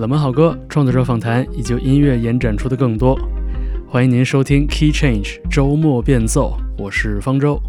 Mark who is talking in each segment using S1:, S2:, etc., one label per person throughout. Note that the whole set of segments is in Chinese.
S1: 冷门好歌、创作者访谈以及音乐延展出的更多。欢迎您收听 Key Change 周末变奏，我是方舟。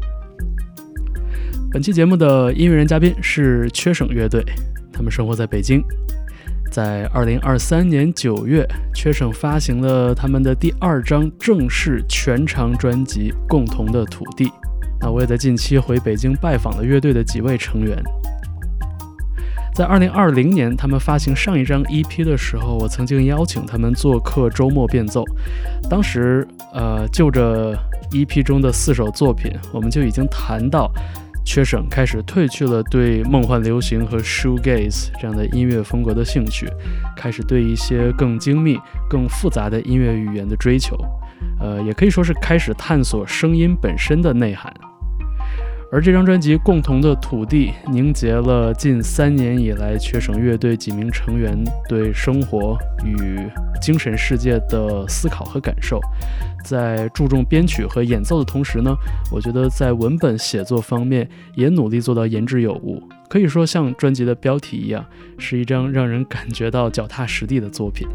S1: 本期节目的音乐人嘉宾是缺省乐队，他们生活在北京。在2023年9月，缺省发行了他们的第2张正式全长专辑《共同的土地》。那我也在近期回北京拜访了乐队的几位成员。在2020年他们发行上一张 EP 的时候，我曾经邀请他们做客周末变奏。当时就着 EP 中的4首作品，我们就已经谈到缺省开始褪去了对梦幻流行和 shoegaze 这样的音乐风格的兴趣，开始对一些更精密更复杂的音乐语言的追求，也可以说是开始探索声音本身的内涵。而这张专辑《共同的土地》凝结了近3年以来缺省乐队几名成员对生活与精神世界的思考和感受。在注重编曲和演奏的同时呢，我觉得在文本写作方面也努力做到言之有物，可以说像专辑的标题一样，是一张让人感觉到脚踏实地的作品。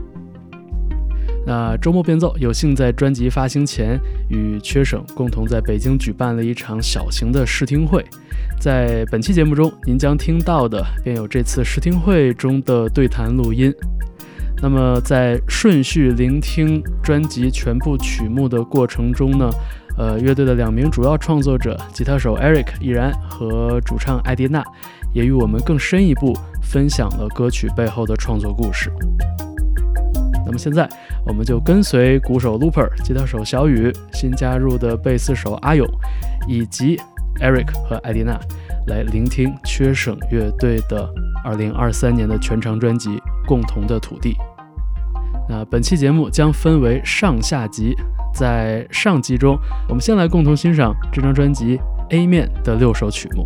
S1: 那周末变奏有幸在专辑发行前与缺省共同在北京举办了一场小型的试听会，在本期节目中您将听到的便有这次试听会中的对谈录音。那么在顺序聆听专辑全部曲目的过程中呢，乐队的2名主要创作者吉他手 Eric 易然和主唱艾迪娜也与我们更深一步分享了歌曲背后的创作故事。那么现在我们就跟随鼓手 Looper、 吉他手小雨、新加入的贝斯手阿勇以及 Eric 和艾迪娜来聆听缺省乐队的2023年的全长专辑《共同的土地》。那本期节目将分为上下集，在上集中我们先来共同欣赏这张专辑 A 面的6首曲目。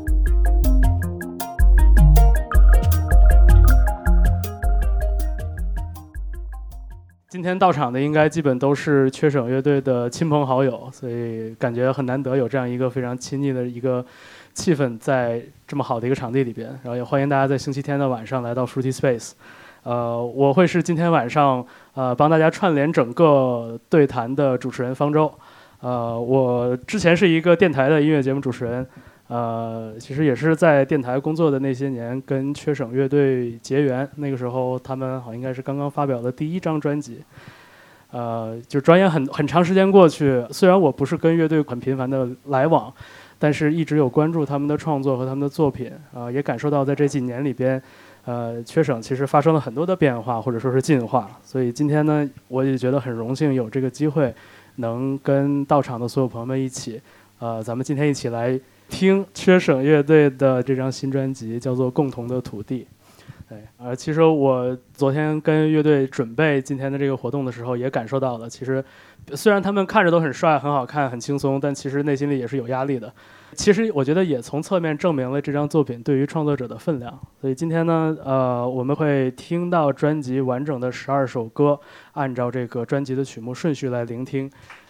S1: 今天到场的应该基本都是缺省乐队的亲朋好友，所以感觉很难得有这样一个非常亲昵的一个气氛在这么好的一个场地里边。然后也欢迎大家在星期天的晚上来到 Fruity Space。我会是今天晚上帮大家串联整个对谈的主持人方舟。我之前是一个电台的音乐节目主持人，其实也是在电台工作的那些年跟缺省乐队结缘。那个时候他们好像应该是刚刚发表的第1张专辑。就转眼很长时间过去，虽然我不是跟乐队很频繁的来往，但是一直有关注他们的创作和他们的作品，也感受到在这几年里边缺省其实发生了很多的变化或者说是进化。所以今天呢，我也觉得很荣幸有这个机会能跟到场的所有朋友们一起咱们今天一起来听缺省乐队的这张新专辑，叫做《共同的土地》。对，其实我昨天跟乐队准备今天的这个活动的时候，也感受到了，其实虽然他们看着都很帅、很好看、很轻松，但其实内心里也是有压力的。其实我觉得也从侧面证明了这张作品对于创作者的分量。所以今天呢，我们会听到专辑完整的12首歌，按照这个专辑的曲目顺序来聆听。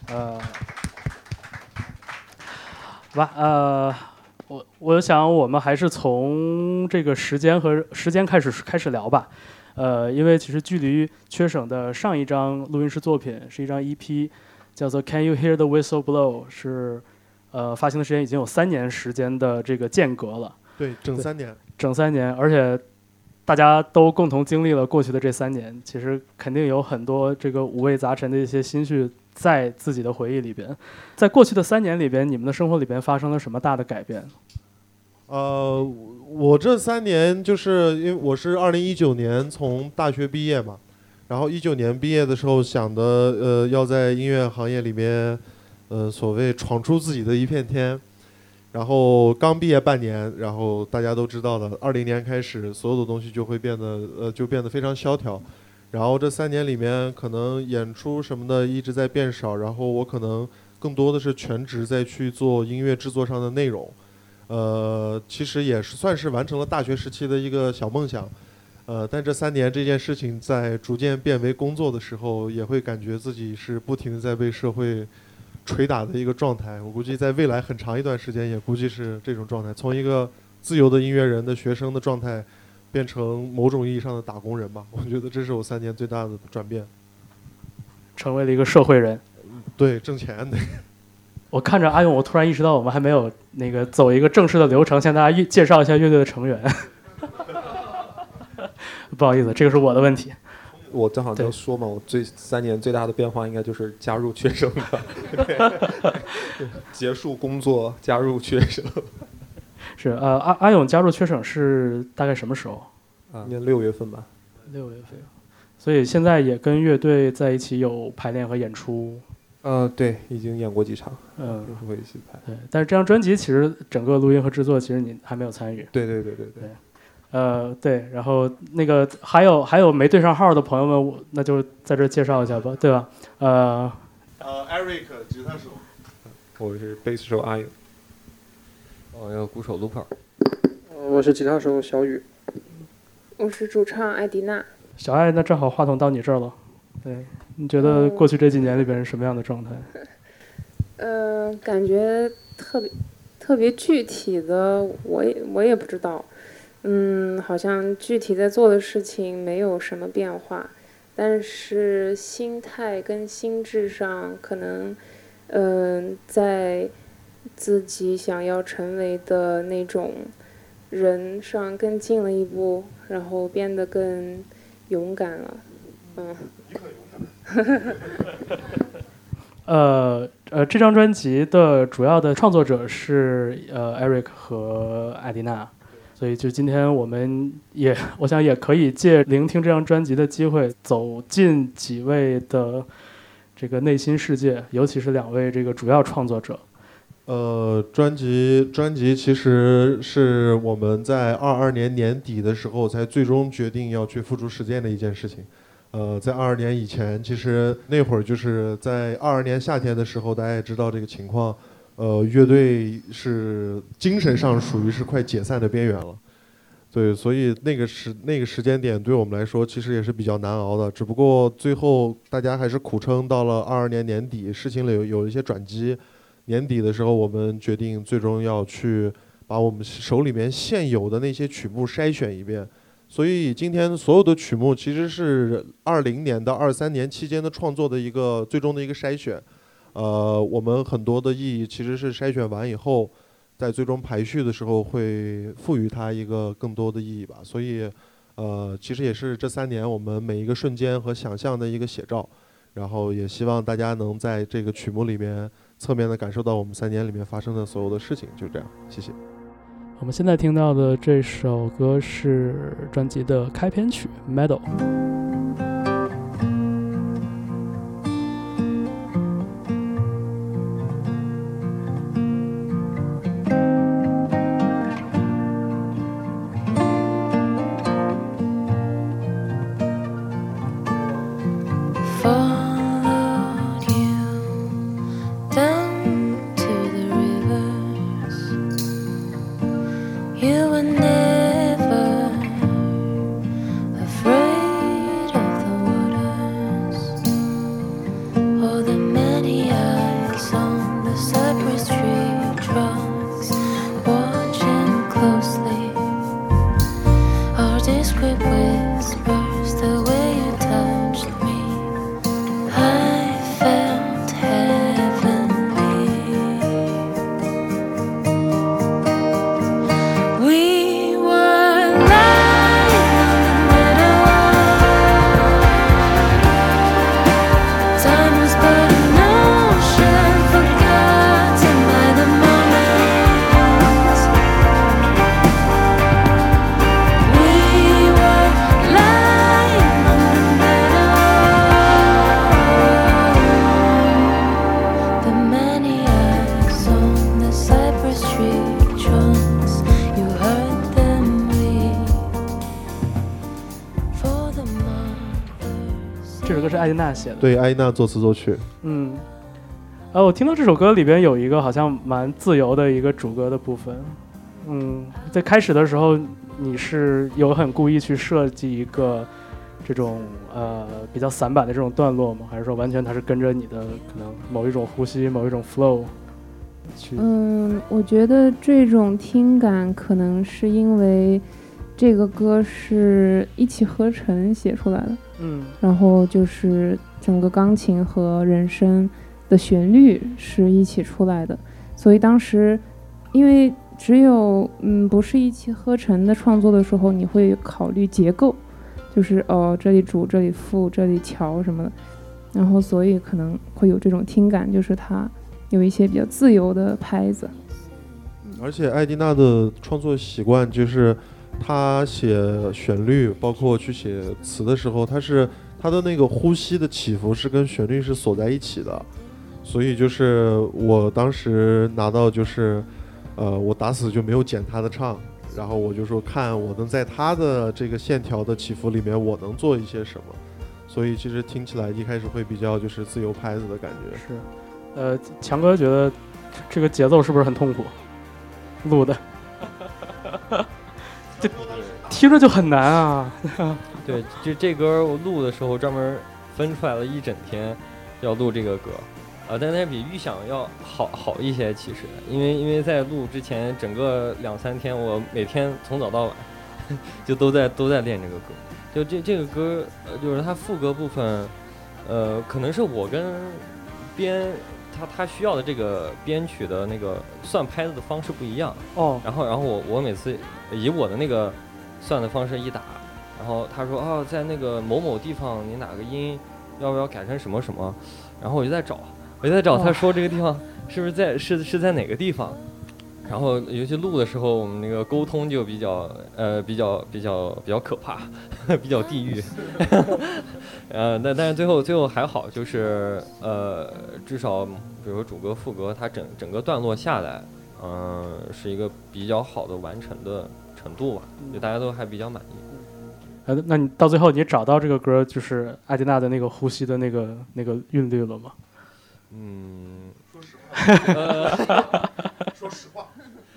S1: 好吧，我想我们还是从这个时间开始聊吧。因为其实距离缺省的上一张录音室作品是一张 EP， 叫做 Can You Hear the Whistle Blow， 是发行的时间已经有3年时间的这个间隔了。
S2: 对，整3
S1: 年，而且大家都共同经历了过去的这3年，其实肯定有很多这个五味杂陈的一些心绪在自己的回忆里边。在过去的3年里边，你们的生活里边发生了什么大的改变？
S2: 我这3年就是因为我是2019年从大学毕业嘛，然后19年毕业的时候想的要在音乐行业里面所谓闯出自己的一片天。然后刚毕业半年，然后大家都知道了，20年开始所有的东西就会变得非常萧条。然后这3年里面可能演出什么的一直在变少，然后我可能更多的是全职在去做音乐制作上的内容。其实也是算是完成了大学时期的一个小梦想。但这3年这件事情在逐渐变为工作的时候，也会感觉自己是不停地在被社会捶打的一个状态。我估计在未来很长一段时间也估计是这种状态，从一个自由的音乐人的学生的状态变成某种意义上的打工人吧。我觉得这是我3年最大的转变，
S1: 成为了一个社会人。
S2: 对，挣钱的。
S1: 我看着阿勇，我突然意识到我们还没有那个走一个正式的流程，向大家介绍一下乐队的成员。不好意思，这个是我的问题。
S3: 我正好在说嘛，我3年最大的变化应该就是加入缺省的，结束工作加入缺省。
S1: 是阿勇加入缺省是大概什么时候？
S3: 今年6月份吧。
S1: 6月份，所以现在也跟乐队在一起有排练和演出。
S3: 对，已经演过几场，会一起拍。
S1: 对，但是这张专辑其实整个录音和制作其实你还没有参与。
S3: 对。
S1: 对，然后那个还有没对上号的朋友们，那就在这介绍一下吧，对吧
S2: ？Eric 吉他手，
S3: 我是贝斯手阿勇，
S4: 有鼓手 Looper，
S5: 我是吉他手小雨，
S6: 我是主唱艾迪娜。
S1: 小艾，那正好话筒到你这儿了，对，你觉得过去这几年里边是什么样的状态？
S6: 感觉特别具体的，我也不知道。好像具体在做的事情没有什么变化，但是心态跟心智上可能，在自己想要成为的那种人上更近了一步，然后变得更勇敢了。
S1: 这张专辑的主要的创作者是Eric 和艾迪娜。所以就今天我想也可以借聆听这张专辑的机会，走进几位的这个内心世界，尤其是2位这个主要创作者。
S2: 专辑其实是我们在22年年底的时候才最终决定要去付诸实践的一件事情。在22年以前，其实那会儿就是在22年夏天的时候，大家也知道这个情况。乐队是精神上属于是快解散的边缘了，对，所以那个时间点对我们来说其实也是比较难熬的。只不过最后大家还是苦撑到了22年年底，事情里有一些转机。年底的时候，我们决定最终要去把我们手里面现有的那些曲目筛选一遍。所以今天所有的曲目其实是20年到23年期间的创作的一个最终的一个筛选。我们很多的意义其实是筛选完以后，在最终排序的时候会赋予它一个更多的意义吧。所以，其实也是这3年我们每一个瞬间和想象的一个写照。然后也希望大家能在这个曲目里面侧面的感受到我们3年里面发生的所有的事情。就这样，谢谢。
S1: 我们现在听到的这首歌是专辑的开篇曲《Meadow》。艾迪娜写的，
S2: 对，艾迪娜作词作曲。
S1: 我听到这首歌里边有一个好像蛮自由的一个主歌的部分。在开始的时候，你是有很故意去设计一个这种比较散板的这种段落吗？还是说完全它是跟着你的可能某一种呼吸、某一种 flow 去？
S6: 我觉得这种听感可能是因为这个歌是一起合成写出来的，然后就是整个钢琴和人声的旋律是一起出来的，所以当时因为只有不是一起合成的创作的时候，你会考虑结构，就是这里主这里副这里调什么的，然后所以可能会有这种听感，就是它有一些比较自由的拍子。
S2: 而且艾蒂娜的创作习惯就是她写旋律包括去写词的时候，她的那个呼吸的起伏是跟旋律是锁在一起的，所以就是我当时拿到就是我打死就没有剪她的唱，然后我就说看我能在她的这个线条的起伏里面我能做一些什么，所以其实听起来一开始会比较就是自由拍子的感觉。
S1: 是强哥觉得这个节奏是不是很痛苦录的？这听着就很难啊。
S4: 对，就这歌我录的时候专门分出来了一整天要录这个歌，但是比预想要好一些。其实因为在录之前整个2-3天，我每天从早到晚就都在练这个歌。就这个歌就是它副歌部分，可能是我跟编他需要的这个编曲的那个算拍子的方式不一样然后我每次以我的那个算的方式一打，然后他说在那个某某地方你哪个音要不要改成什么什么，然后我就在找他说这个地方是不是在哪个地方，然后尤其录的时候我们那个沟通就比较可怕，比较地狱。但是最后还好，就是至少比如说主歌副歌它整个段落下来是一个比较好的完成的程度吧，就大家都还比较满意。
S1: 那你到最后你找到这个歌就是艾蒂娜的那个呼吸的那个韵律了吗？
S2: 说实话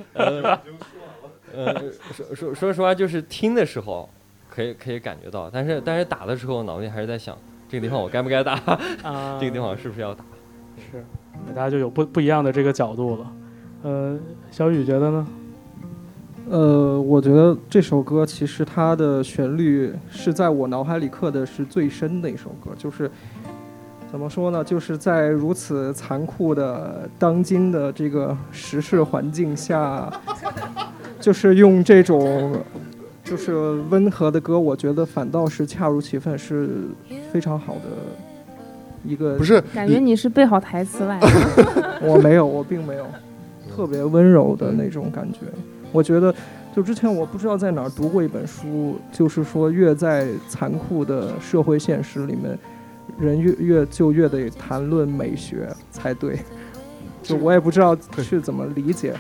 S4: 说实话就是听的时候可以感觉到，但是打的时候脑子里还是在想这个地方我该不该打这个地方是不是要打。
S1: 是，大家就有不一样的这个角度了。小雨觉得呢？
S5: 我觉得这首歌其实它的旋律是在我脑海里刻的是最深的一首歌，就是怎么说呢，就是在如此残酷的当今的这个时事环境下，就是用这种就是温和的歌，我觉得反倒是恰如其分，是非常好的一个。
S2: 不是，
S6: 感觉你是背好台词来
S5: 我并没有特别温柔的那种感觉。我觉得就之前我不知道在哪儿读过一本书，就是说越在残酷的社会现实里面，人越得谈论美学才对。就我也不知道去怎么理解。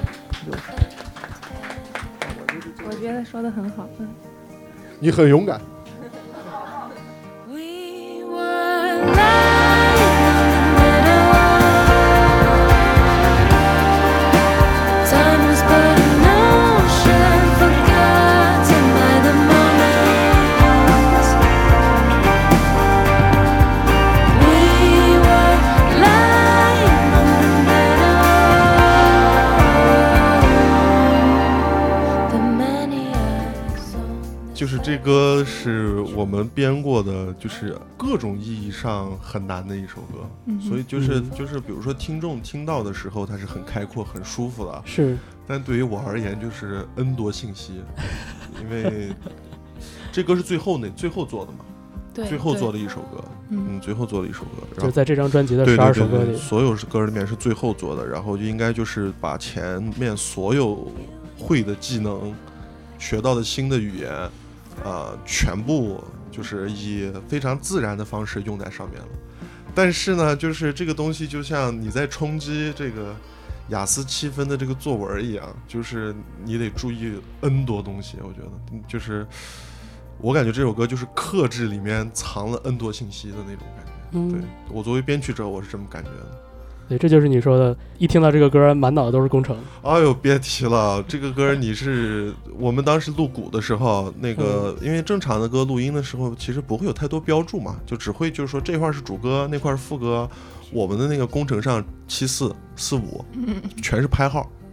S6: 我觉得说得很好。
S2: 你很勇敢。就是这歌是我们编过的，就是各种意义上很难的一首歌，所以就是比如说听众听到的时候它是很开阔很舒服的，
S1: 是，
S2: 但对于我而言就是 N 多信息，因为这歌是最后做的嘛，
S6: 对，
S2: 最后做的一首歌，最后做的一首歌，
S1: 就是在这张专辑的12首歌里，
S2: 所有歌里面是最后做的，然后就应该就是把前面所有会的技能学到的新的语言全部就是以非常自然的方式用在上面了。但是呢，就是这个东西就像你在冲击这个雅思7分的这个作文一样，就是你得注意 N 多东西。我觉得就是我感觉这首歌就是克制里面藏了 N 多信息的那种感觉。对，我作为编曲者我是这么感觉的。
S1: 对，这就是你说的，一听到这个歌满脑都是工程。
S2: 哎呦，别提了，这个歌我们当时录鼓的时候，那个因为正常的歌录音的时候其实不会有太多标注嘛，就只会就是说这块是主歌，那块是副歌。我们的那个工程上7445全是拍号，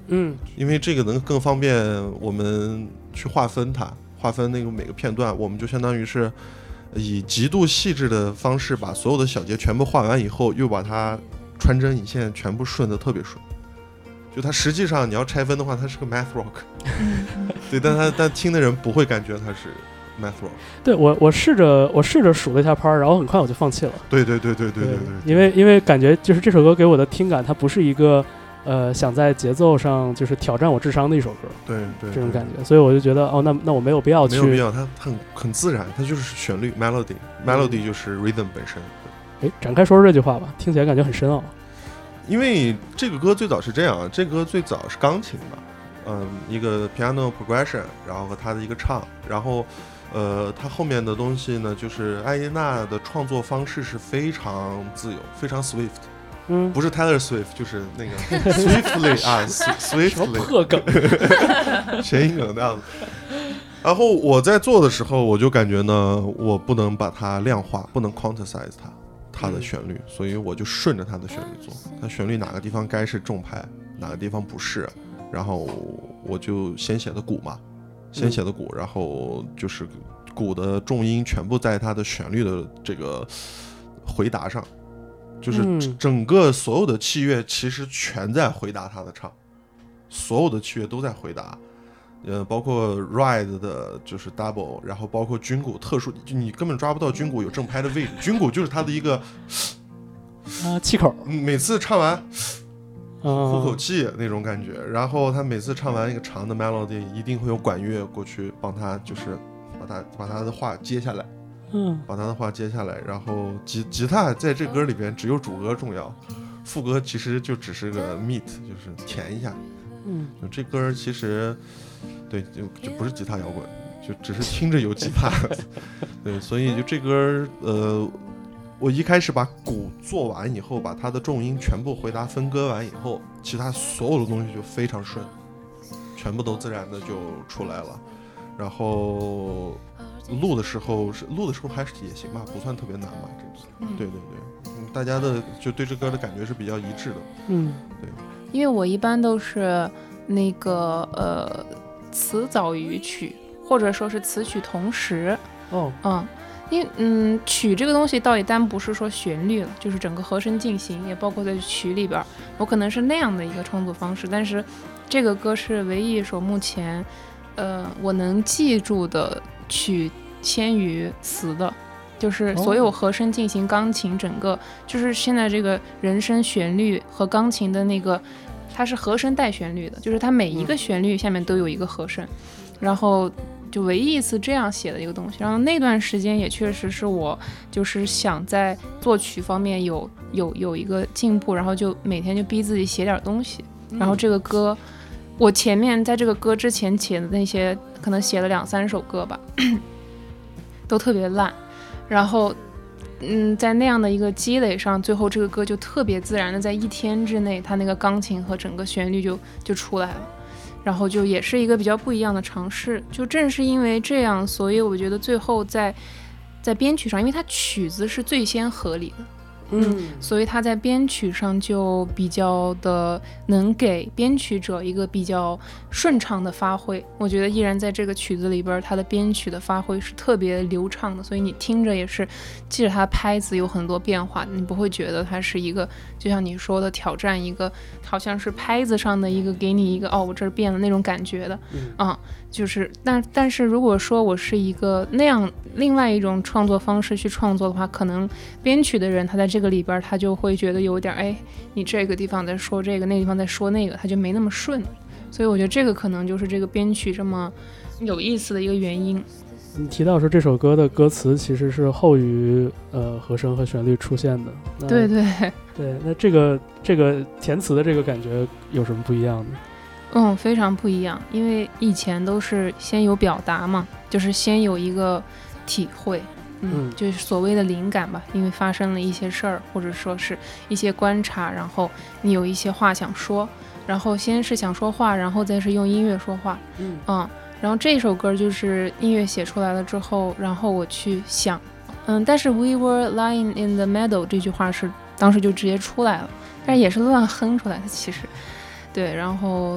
S2: 因为这个能更方便我们去划分它，划分那个每个片段，我们就相当于是以极度细致的方式把所有的小节全部画完以后，又把它穿针引线全部顺得特别顺。就它实际上你要拆分的话，它是个 math rock， 对，但听的人不会感觉它是 math rock。
S1: 对，我试着数了一下拍，然后很快我就放弃了。对，因为感觉就是这首歌给我的听感，它不是一个想在节奏上就是挑战我智商的一首歌。对，这种感觉，所以我就觉得那我没有必要去，
S2: 它很自然，它就是旋律 melody 就是 rhythm 本身。
S1: 展开说说这句话吧，听起来感觉很深奥。
S2: 因为这个歌最早是这样，这个歌最早是钢琴的，一个 piano progression， 然后和他的一个唱，然后他后面的东西呢，就是艾琳娜的创作方式是非常自由，非常 swift，不是 Taylor Swift， 就是那个 swiftly 啊，swiftly
S1: 破梗，
S2: 谐音梗那样子。然后我在做的时候，我就感觉呢，我不能把它量化，不能 quantize它的旋律，所以我就顺着它的旋律做，它旋律哪个地方该是重拍，哪个地方不是，然后我就先写的鼓嘛，然后就是鼓的重音全部在它的旋律的这个回答上，就是整个所有的器乐其实全在回答它的唱，所有的器乐都在回答。包括 ride 的就是 double， 然后包括军鼓特殊，就你根本抓不到军鼓有正拍的位置，军鼓就是它的一个
S1: 气口，
S2: 每次唱完呼口气那种感觉，然后他每次唱完一个长的 melody， 一定会有管乐过去帮他，就是把他的话接下来，把他的话接下来，然后吉他在这歌里边只有主歌重要，副歌其实就只是个 meat， 就是填一下，就这歌其实。对，就不是吉他摇滚，就只是听着有吉他。对，所以就这歌，我一开始把鼓做完以后，把它的重音全部回答分割完以后，其他所有的东西就非常顺，全部都自然的就出来了。然后录的时候还是也行吧，不算特别难吧，这个。对，大家的就对这歌的感觉是比较一致的。对，
S7: 因为我一般都是那个词早于曲，或者说是词曲同时。因为曲这个东西倒也单不是说旋律了，就是整个和声进行，也包括在曲里边，我可能是那样的一个创作方式。但是这个歌是唯一一首目前我能记住的曲先于词的，就是所有和声进行钢琴，整个就是现在这个人声旋律和钢琴的那个，它是和声带旋律的，就是它每一个旋律下面都有一个和声，然后就唯一一次这样写的一个东西。然后那段时间也确实是我就是想在作曲方面有一个进步，然后就每天就逼自己写点东西。然后这个歌我前面在这个歌之前写的那些可能写了2-3首歌吧都特别烂，然后在那样的一个积累上，最后这个歌就特别自然的在1天之内，它那个钢琴和整个旋律就出来了，然后就也是一个比较不一样的尝试。就正是因为这样，所以我觉得最后在编曲上，因为它曲子是最先合理的，所以它在编曲上就比较的能给编曲者一个比较顺畅的发挥。我觉得依然在这个曲子里边，它的编曲的发挥是特别流畅的，所以你听着也是，即使它拍子有很多变化，你不会觉得它是一个就像你说的挑战一个好像是拍子上的一个给你一个我这儿变了那种感觉的。就是但是如果说我是一个那样另外一种创作方式去创作的话，可能编曲的人他在这个里边他就会觉得有点你这个地方在说这个，那个地方在说那个，他就没那么顺。所以我觉得这个可能就是这个编曲这么有意思的一个原因。
S1: 你提到说这首歌的歌词其实是后于和声和旋律出现的。
S7: 对，
S1: 那这个填词的这个感觉有什么不一样的？
S7: 非常不一样，因为以前都是先有表达嘛，就是先有一个体会，就是所谓的灵感吧，因为发生了一些事儿，或者说是一些观察，然后你有一些话想说，然后先是想说话，然后再是用音乐说话，然后这首歌就是音乐写出来了之后，然后我去想，但是 We were lying in the meadow 这句话是当时就直接出来了，但是也是乱哼出来的其实。对，然后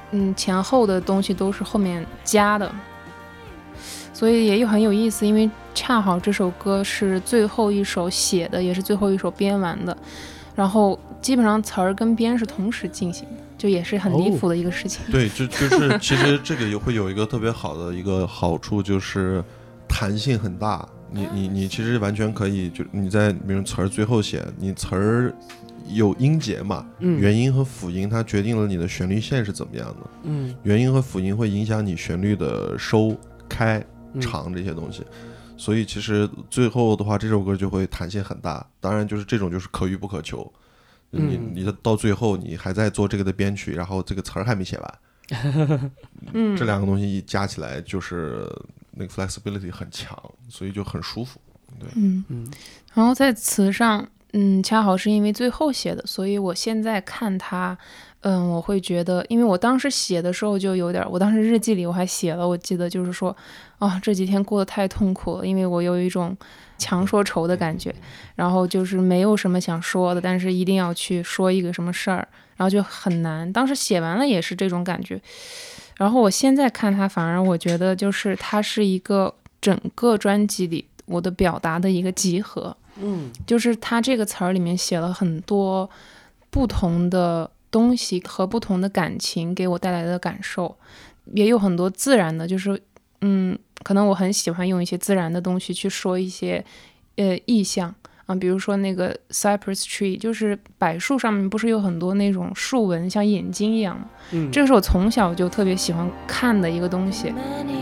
S7: 前后的东西都是后面加的，所以也很有意思，因为恰好这首歌是最后一首写的，也是最后一首编完的，然后基本上词儿跟编是同时进行的，就也是很离谱的一个事情。
S2: 对，就是其实这个也会有一个特别好的一个好处，就是弹性很大。你其实完全可以，就你在比如词儿最后写，你词儿有音节嘛，元音和辅音它决定了你的旋律线是怎么样的。元音和辅音会影响你旋律的收、开、长这些东西。所以其实最后的话，这首歌就会弹性很大。当然，就是这种就是可遇不可求。你到最后你还在做这个的编曲，然后这个词儿还没写完，这两个东西一加起来就是那个 flexibility 很强，所以就很舒服。对，
S7: 然后在词上，恰好是因为最后写的，所以我现在看它，我会觉得，因为我当时写的时候就有点，我当时日记里我还写了，我记得就是说，这几天过得太痛苦了，因为我有一种强说愁的感觉，然后就是没有什么想说的，但是一定要去说一个什么事儿，然后就很难。当时写完了也是这种感觉，然后我现在看它，反而我觉得就是它是一个整个专辑里我的表达的一个集合。就是它这个词儿里面写了很多不同的东西和不同的感情给我带来的感受，也有很多自然的，就是可能我很喜欢用一些自然的东西去说一些意象啊，比如说那个 cypress tree， 就是柏树上面不是有很多那种树纹像眼睛一样吗？这个是我从小就特别喜欢看的一个东西。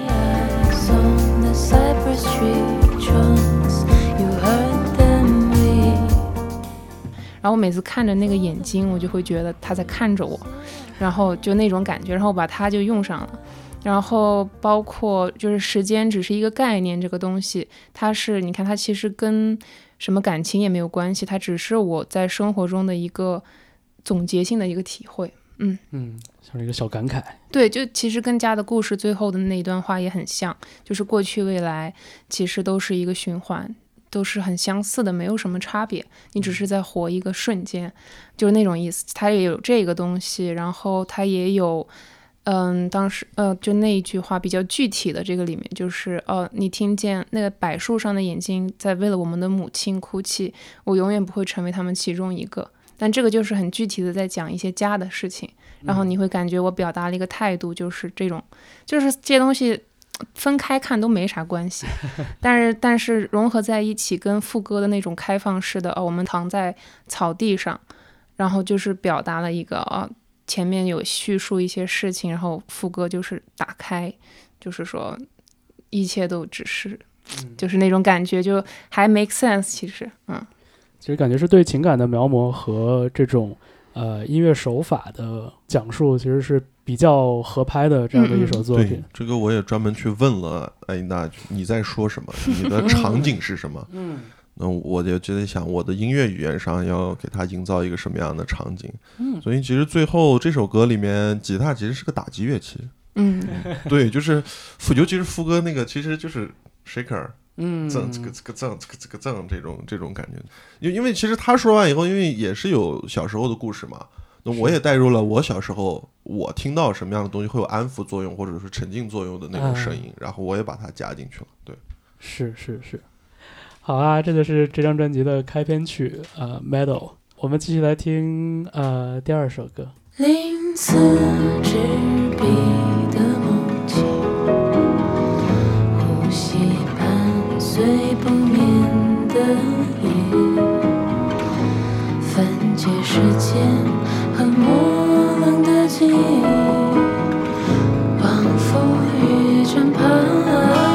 S7: 然后我每次看着那个眼睛，我就会觉得他在看着我，然后就那种感觉，然后把它就用上了。然后包括就是时间只是一个概念这个东西，它是你看它其实跟什么感情也没有关系，它只是我在生活中的一个总结性的一个体会。
S1: 像是一个小感慨。
S7: 对，就其实跟家的故事最后的那一段话也很像，就是过去未来其实都是一个循环，都是很相似的，没有什么差别，你只是在活一个瞬间，就是那种意思。它也有这个东西，然后它也有当时就那一句话比较具体的，这个里面就是你听见那个柏树上的眼睛在为了我们的母亲哭泣，我永远不会成为他们其中一个。但这个就是很具体的在讲一些家的事情，然后你会感觉我表达了一个态度，就是这种，就是这些东西分开看都没啥关系，但是融合在一起，跟副歌的那种开放式的我们躺在草地上，然后就是表达了一个前面有叙述一些事情，然后副歌就是打开，就是说一切都只是，就是那种感觉就还 make sense。
S1: 其实感觉是对情感的描摹和这种音乐手法的讲述，其实是比较合拍的这样的一首作品。
S2: 对，这个我也专门去问了艾琳娜，你在说什么？你的场景是什么？那我就在想，我的音乐语言上要给它营造一个什么样的场景？所以其实最后这首歌里面，吉他其实是个打击乐器。对，就是尤其是副歌那个，其实就是 shaker。这种感觉，因为其实他说完以后，因为也是有小时候的故事嘛，那我也带入了我小时候我听到什么样的东西会有安抚作用或者是沉浸作用的那种声音，然后我也把它加进去了。对，
S1: 是，好啊，这就是这张专辑的开篇曲Meadow。我们继续来听第二首歌。
S8: 鳞次栉比的梦境，呼吸伴随不眠的夜，分解时间和模棱的记忆，往复于枕旁。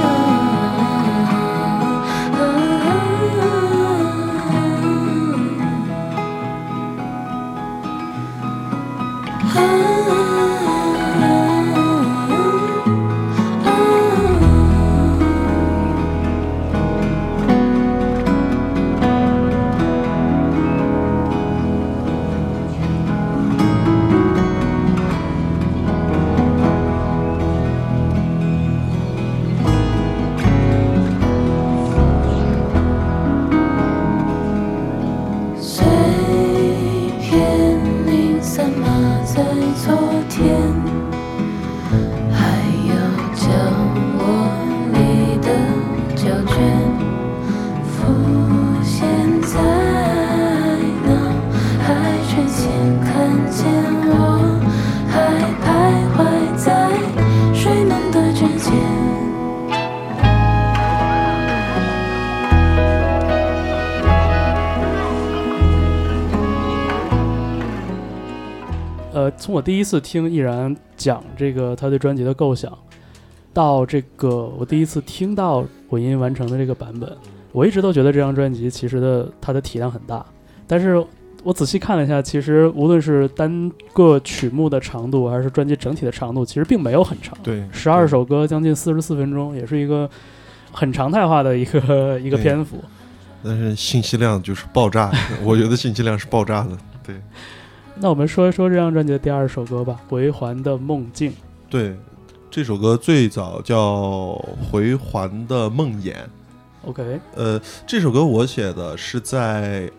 S1: 从我第一次听易然讲这个他对专辑的构想，到这个我第一次听到混音完成的这个版本，我一直都觉得这张专辑其实它的体量很大，但是我仔细看了一下，其实无论是单个曲目的长度还是专辑整体的长度，其实并没有很长。
S2: 对
S1: ，12首歌将近44分钟，也是一个很常态化的一个篇幅。
S2: 但是信息量就是爆炸，我觉得信息量是爆炸的。对，
S1: 那我们说一说这张专辑的第2首歌吧，《回环的梦境》。
S2: 对，这首歌最早叫《回环的梦魇》。
S1: OK，
S2: 这首歌我写的是在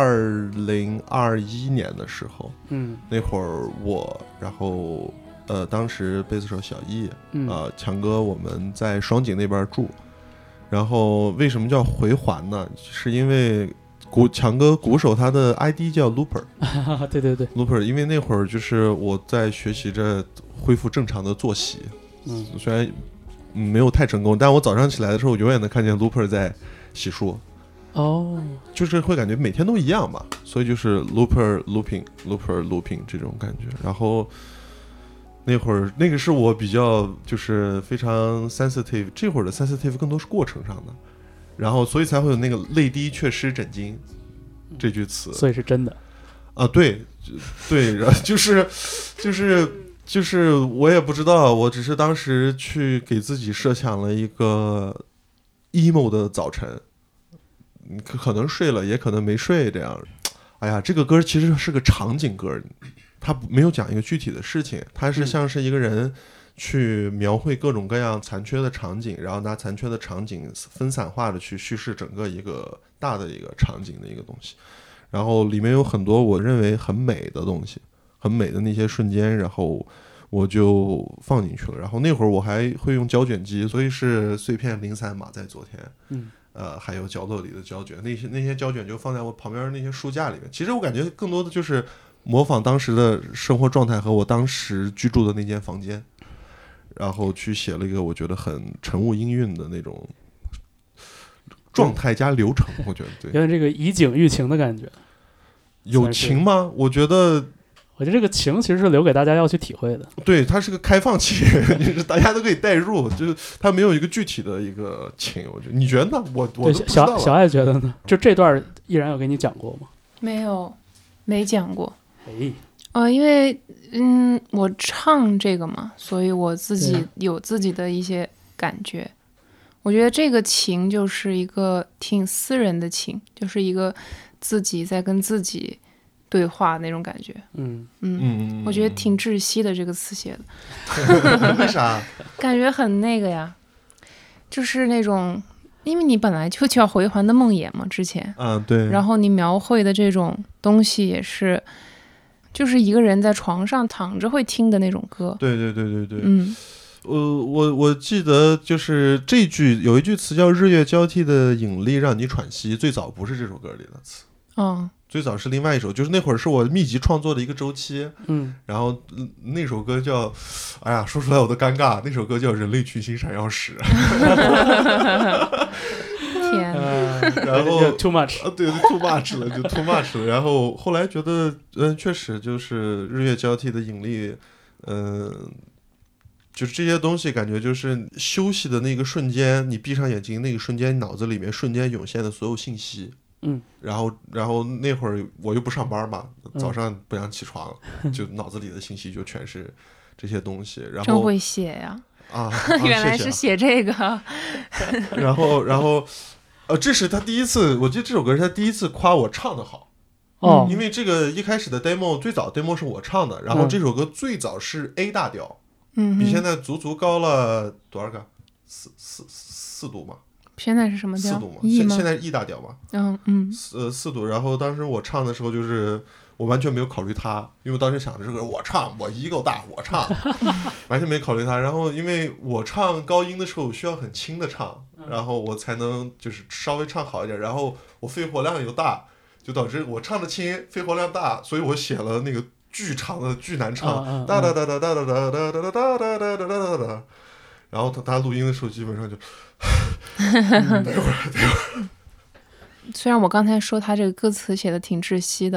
S2: 2021年的时候，那会儿然后当时贝斯手小易，强哥我们在双井那边住。然后为什么叫回环呢？是因为强哥鼓手他的 ID 叫 Looper
S1: 对对对
S2: Looper， 因为那会儿就是我在学习着恢复正常的作息，虽然没有太成功，但我早上起来的时候永远能看见 Looper 在洗漱，就是会感觉每天都一样嘛，所以就是 Looper Looping Looper Looping 这种感觉。然后那会儿那个是我比较就是非常 sensitive， 这会儿的 sensitive 更多是过程上的，然后所以才会有那个泪滴却湿枕巾这句词，
S1: 所以是真的
S2: 啊，对对，然后就是我也不知道，我只是当时去给自己设想了一个 emo 的早晨，可能睡了也可能没睡这样。哎呀，这个歌其实是个场景歌，它没有讲一个具体的事情，它是像是一个人去描绘各种各样残缺的场景，然后拿残缺的场景分散化的去叙事整个一个大的一个场景的一个东西，然后里面有很多我认为很美的东西，很美的那些瞬间，然后我就放进去了。然后那会儿我还会用胶卷机，所以是碎片零散码在昨天，还有角落里的胶卷，那些胶卷就放在我旁边那些书架里面。其实我感觉更多的就是模仿当时的生活状态和我当时居住的那间房间，然后去写了一个我觉得很晨雾氤氲的那种状态加流程。我觉得对，
S1: 有点这个以景喻情的感觉。
S2: 有情吗？我觉得
S1: 这个情其实是留给大家要去体会的。
S2: 对，它是个开放情，就是大家都可以代入，就是它没有一个具体的一个情。我觉得，你觉得呢？我都不知道了。
S1: 小爱觉得呢？就这段依然有给你讲过吗？
S7: 没讲过。因为我唱这个嘛，所以我自己有自己的一些感觉。我觉得这个情就是一个挺私人的情，就是一个自己在跟自己对话那种感觉。我觉得挺窒息的这个词写的。
S2: 为啥？
S7: 感觉很那个呀，就是那种，因为你本来就叫回环的梦魇嘛，之前
S2: 对，
S7: 然后你描绘的这种东西也是就是一个人在床上躺着会听的那种歌。
S2: 对，我记得就是这句有一句词叫日月交替的引力让你喘息，最早不是这首歌里的词，最早是另外一首，就是那会儿是我密集创作的一个周期，然后那首歌叫，哎呀，说出来我都尴尬，那首歌叫《人类群星闪耀时》。
S7: 天，
S2: 然后
S1: too much，
S2: 对 ，too much 了，就 too much 了。然后后来觉得，确实就是日月交替的引力，就是这些东西，感觉就是休息的那个瞬间，你闭上眼睛那个瞬间，脑子里面瞬间涌现的所有信息。然后那会儿我又不上班嘛，早上不想起床，就脑子里的信息就全是这些东西。然后
S7: 真会写呀！原来是写这个。
S2: 然后这是他第一次，我记得这首歌是他第一次夸我唱得好。因为这个一开始的 demo 最早 demo 是我唱的，然后这首歌最早是 A 大调，比现在足高了多少个？4度嘛。
S7: 现在是什么调
S2: ？4度嘛，现在 E 大调嘛。4度。然后当时我唱的时候，就是我完全没有考虑他，因为我当时想着这个我唱，我一够大，我唱，完全没考虑他。然后因为我唱高音的时候需要很轻的唱，然后我才能就是稍微唱好一点。然后我肺活量又大，就导致我唱的轻，肺活量大，所以我写了那个巨长的巨难唱，哒哒哒哒哒哒哒哒哒哒哒哒哒哒哒。然后他录音的时候基本上就等会儿。
S7: 虽然我刚才说他这个歌词写的挺窒息的，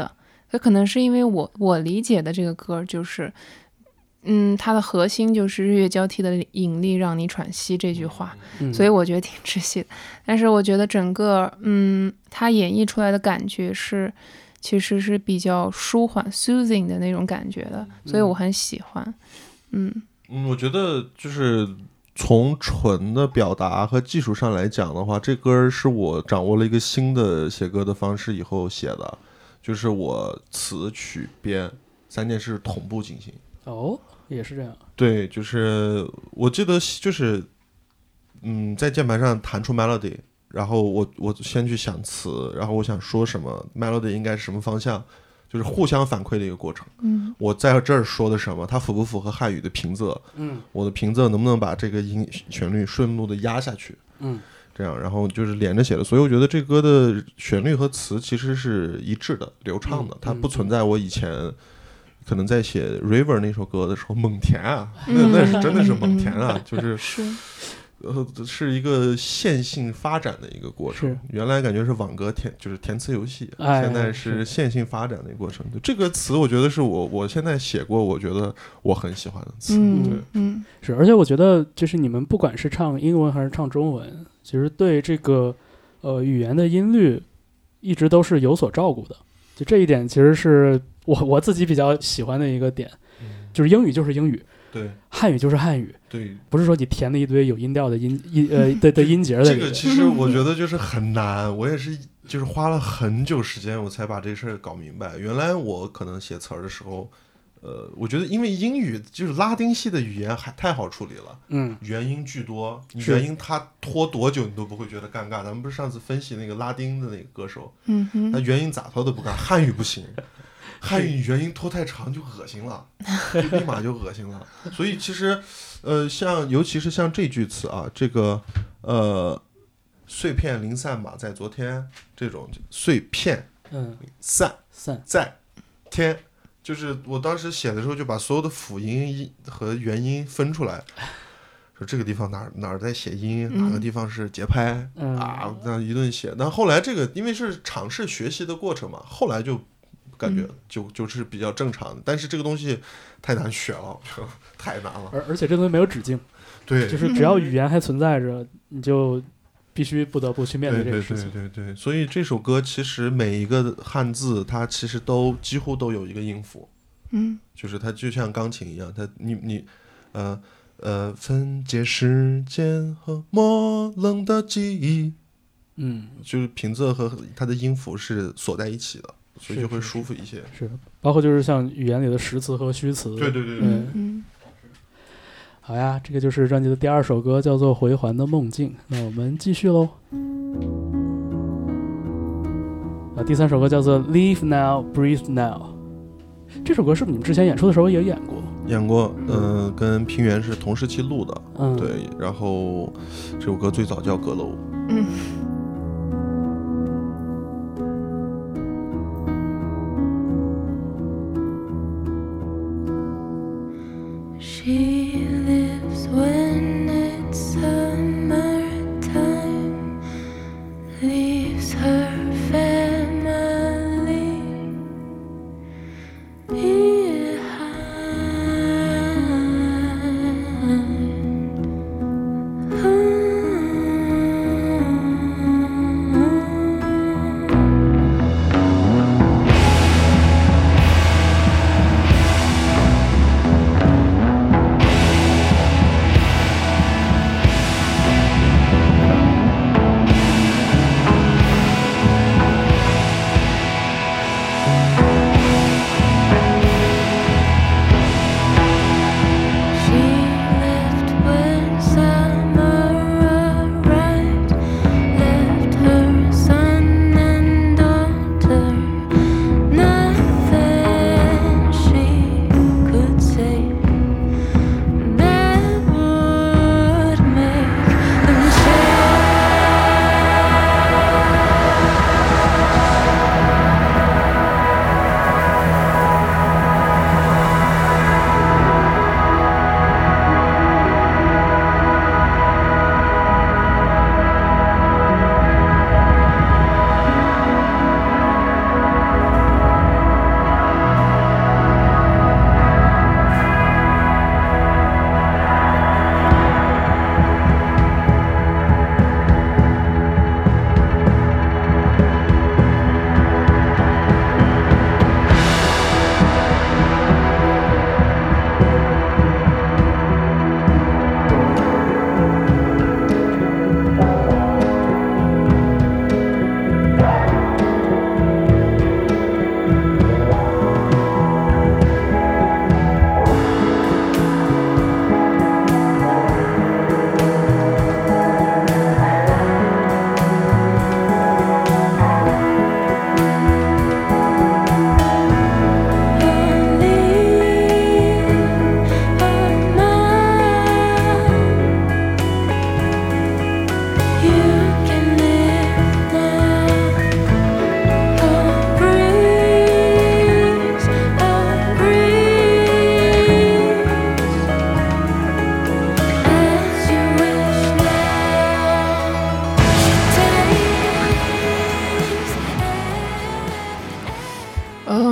S7: 可能是因为我理解的这个歌就是，它的核心就是日月交替的引力让你喘息这句话，所以我觉得挺窒息的。但是我觉得整个它演绎出来的感觉其实是比较舒缓 soothing 的那种感觉的，所以我很喜欢。
S2: 我觉得就是从纯的表达和技术上来讲的话，这歌是我掌握了一个新的写歌的方式以后写的，就是我词曲编3件事同步进行。
S1: 哦，也是这样。对，
S2: 就是我记得就是在键盘上弹出 melody， 然后我先去想词，然后我想说什么 melody 应该是什么方向，就是互相反馈的一个过程。我在这儿说的什么，它符不符合汉语的平仄？我的平仄能不能把这个旋律顺路的压下去？这样，然后就是连着写的。所以我觉得这歌的旋律和词其实是一致的、流畅的，它不存在我以前可能在写 River 那首歌的时候猛填啊，那是真的是猛填啊，就是是一个线性发展的一个过程。原来感觉是网格就是填词游戏，现在是线性发展的一个过程。这个词我觉得是我现在写过，我觉得我很喜欢的词。
S1: 是，而且我觉得就是你们不管是唱英文还是唱中文，其实对这个语言的音律一直都是有所照顾的。就这一点其实是我自己比较喜欢的一个点，就是英语就是英语，
S2: 对，
S1: 汉语就是汉语，
S2: 对，
S1: 不是说你填了一堆有音调的音节的。
S2: 这个其实我觉得就是很难，我也是就是花了很久时间我才把这事儿搞明白。原来我可能写词儿的时候，我觉得因为英语就是拉丁系的语言还太好处理了，元音巨多，你元音它拖多久你都不会觉得尴尬。咱们不是上次分析那个拉丁的那个歌手，他元音咋拖都不尴尬，汉语不行。汉语元音拖太长就恶心了，就立马就恶心了。所以其实，尤其是像这句词啊，这个碎片零散吧，在昨天这种碎片，散在天，就是我当时写的时候就把所有的辅音和元音分出来。说这个地方哪儿在写音，哪个地方是节拍啊，那一顿写。但后来这个因为是尝试学习的过程嘛，后来就感觉就是比较正常的，但是这个东西太难学了，太难了。
S1: 而且这东西没有止境，
S2: 对，
S1: 就是只要语言还存在着，你就必须不得不去面对这个事情。
S2: 对，所以这首歌其实每一个汉字它其实几乎都有一个音符，就是它就像钢琴一样，它你分解时间和模棱的记忆，就是平仄和它的音符是锁在一起的。所以就会舒服一些，
S1: 是包括就是像语言里的实词和虚词。
S2: 对，
S1: 好呀，这个就是专辑的第2首歌，叫做《回环的梦境》。那我们继续喽。第3首歌叫做《Live Now, Breathe Now》。这首歌是不是你们之前演出的时候也演过？
S2: 演过，跟平原是同时期录的，对。然后这首歌最早叫《阁楼》。
S8: She lives when it's summertime, leaves her family behind.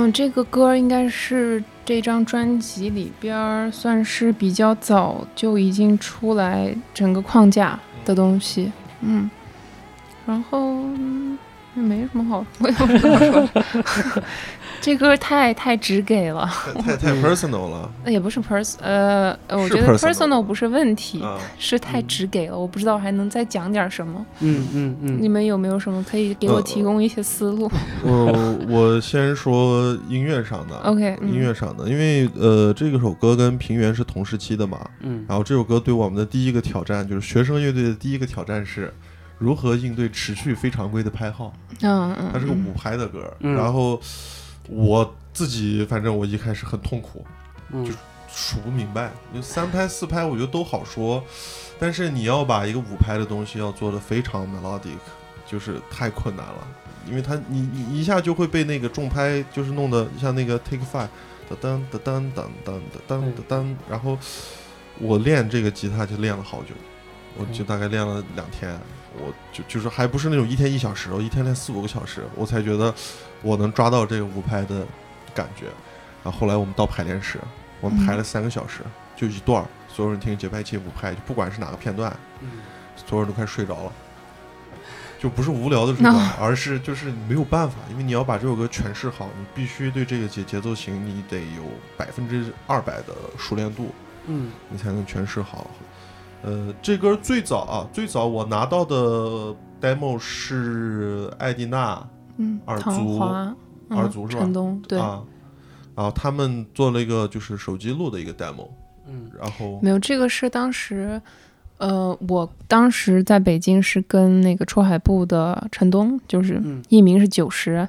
S7: 这个歌应该是这张专辑里边算是比较早就已经出来整个框架的东西。然后没什么好说。这歌太直给了，
S2: 太 personal 了。
S7: 也不是我觉得 personal 不是问题，是太直给了。我不知道还能再讲点什么。你们有没有什么可以给我提供一些思路？
S2: 我先说音乐上的。
S7: OK，
S2: 音乐上的，因为这首歌跟平原是同时期的嘛。然后这首歌对我们的第一个挑战，就是学生乐队的第一个挑战是如何应对持续非常规的拍号。它是个5拍的歌，然后我自己反正我一开始很痛苦，就数不明白。3拍4拍我觉得都好说，但是你要把一个5拍的东西要做得非常 melodic， 就是太困难了，因为你一下就会被那个重拍就是弄得像那个 take 5当当当当当当当，然后我练这个吉他就练了好久，我就大概练了2天，我就是还不是那种1天1小时，我1天练4、5个小时，我才觉得我能抓到这个5拍的感觉。然后后来我们到排练室，我们排了3个小时，就一段，所有人听节拍器5拍，就不管是哪个片段，所有人都快睡着了，就不是无聊的睡着，而是就是没有办法，因为你要把这首歌诠释好，你必须对这个节奏型你得有200%的熟练度，你才能诠释好。这歌最早我拿到的 demo 是艾蒂娜、耳族是吧？
S7: 陈东对
S2: 啊，然后他们做了一个就是手机录的一个 demo，然后
S7: 没有这个是当时，我当时在北京是跟那个出海部的陈东，就是艺名是90，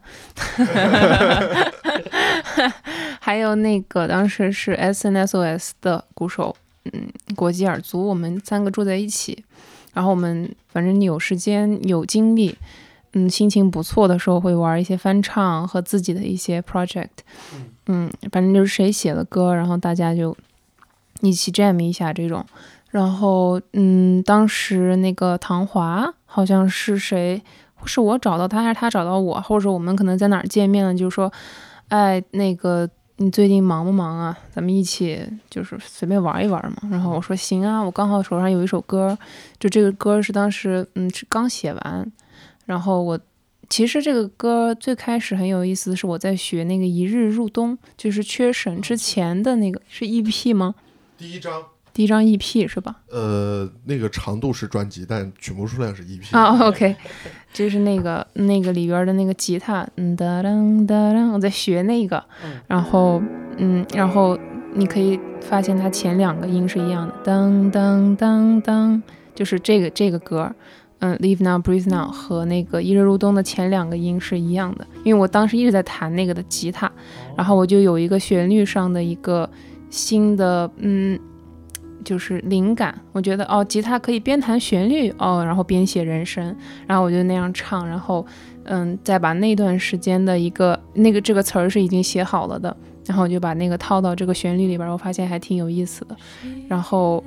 S7: 还有那个当时是 SNSOS 的鼓手。国际耳族，我们3个住在一起，然后我们反正有时间有精力，心情不错的时候会玩一些翻唱和自己的一些 project，反正就是谁写了歌，然后大家就一起 jam 一下这种。然后当时那个唐华好像是谁，是我找到他还是他找到我，或者我们可能在哪儿见面了，就是说，哎，那个。你最近忙不忙啊？咱们一起就是随便玩一玩嘛。然后我说行啊，我刚好手上有一首歌，就这个歌是当时是刚写完。然后其实这个歌最开始很有意思，是我在学那个一日入冬，就是缺省之前的那个是 EP 吗？
S2: 第一张
S7: EP 是吧？
S2: 那个长度是专辑，但曲目数量是 EP
S7: 啊。OK， 就是那个里边的那个吉他，哒当哒当，我在学那个，然后你可以发现它前2个音是一样的，当当当当，就是这个歌，Live Now Breathe Now 和那个一日入冬的前2个音是一样的，因为我当时一直在弹那个的吉他，然后我就有一个旋律上的一个新的就是灵感，我觉得吉他可以边弹旋律然后边写人声，然后我就那样唱，然后再把那段时间的这个词儿是已经写好了的，然后我就把那个套到这个旋律里边，我发现还挺有意思的。然后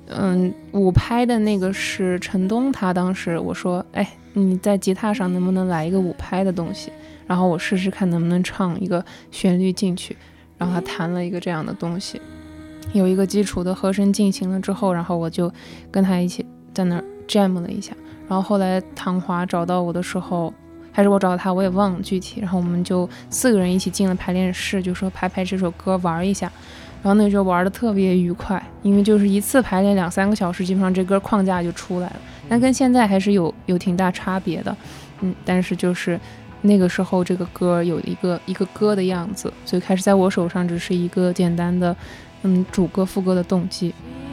S7: 5拍的那个是陈东，他当时我说，哎，你在吉他上能不能来一个5拍的东西，然后我试试看能不能唱一个旋律进去，然后他弹了一个这样的东西。有一个基础的和声进行了之后，然后我就跟他一起在那儿 jam 了一下，然后后来唐华找到我的时候，还是我找到他，我也忘了具体，然后我们就4个人一起进了排练室，就说排这首歌玩一下，然后那时候玩的特别愉快，因为就是一次排练2-3个小时，基本上这歌框架就出来了，但跟现在还是有挺大差别的，但是就是那个时候这个歌有一个歌的样子，最开始在我手上只是一个简单的主歌副歌的动机。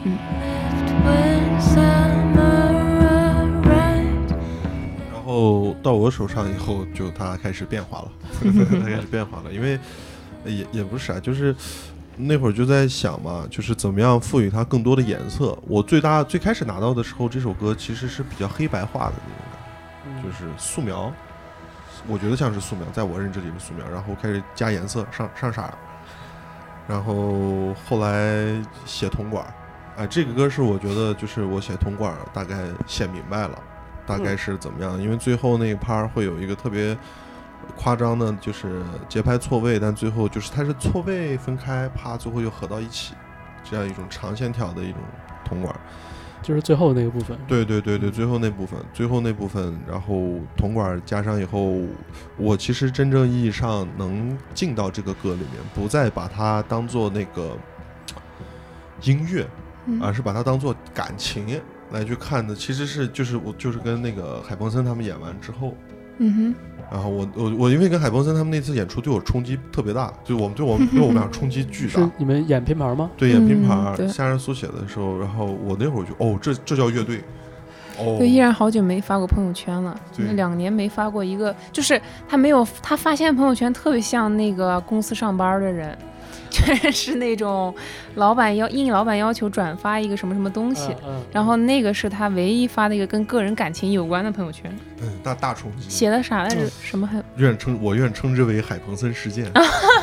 S2: 然后到我手上以后，就它开始变化了，它开始变化了，因为也不是啥，就是那会儿就在想嘛，就是怎么样赋予它更多的颜色。我最开始拿到的时候，这首歌其实是比较黑白化的那种感觉，就是素描，我觉得像是素描，在我认知里的素描，然后开始加颜色上色。然后后来写铜管，这个歌是我觉得就是我写铜管大概写明白了，大概是怎么样，因为最后那一 part 会有一个特别夸张的就是节拍错位，但最后就是它是错位分开，啪，最后又合到一起，这样一种长线条的一种铜管。
S1: 就是最后那个部分。
S2: 对，最后那部分，然后铜管加上以后，我其实真正意义上能进到这个歌里面，不再把它当做那个音乐，而是把它当做感情来去看的。其实是我跟那个海鹏森他们演完之后，然后我因为跟海鹏森他们那次演出对我冲击特别大，对我们俩冲击巨大。
S1: 是你们演拼盘吗？
S2: 对，演拼盘，夏日速写的时候，然后我那会儿就这叫乐队。
S7: 对，依然好久没发过朋友圈了，那2年没发过一个，就是他发现朋友圈特别像那个公司上班的人。就是那种应老板要求转发一个什么什么东西，然后那个是他唯一发的一个跟个人感情有关的朋友圈。
S2: 大冲击。
S7: 写的啥来着？什么
S2: 我愿称之为海鹏森事件。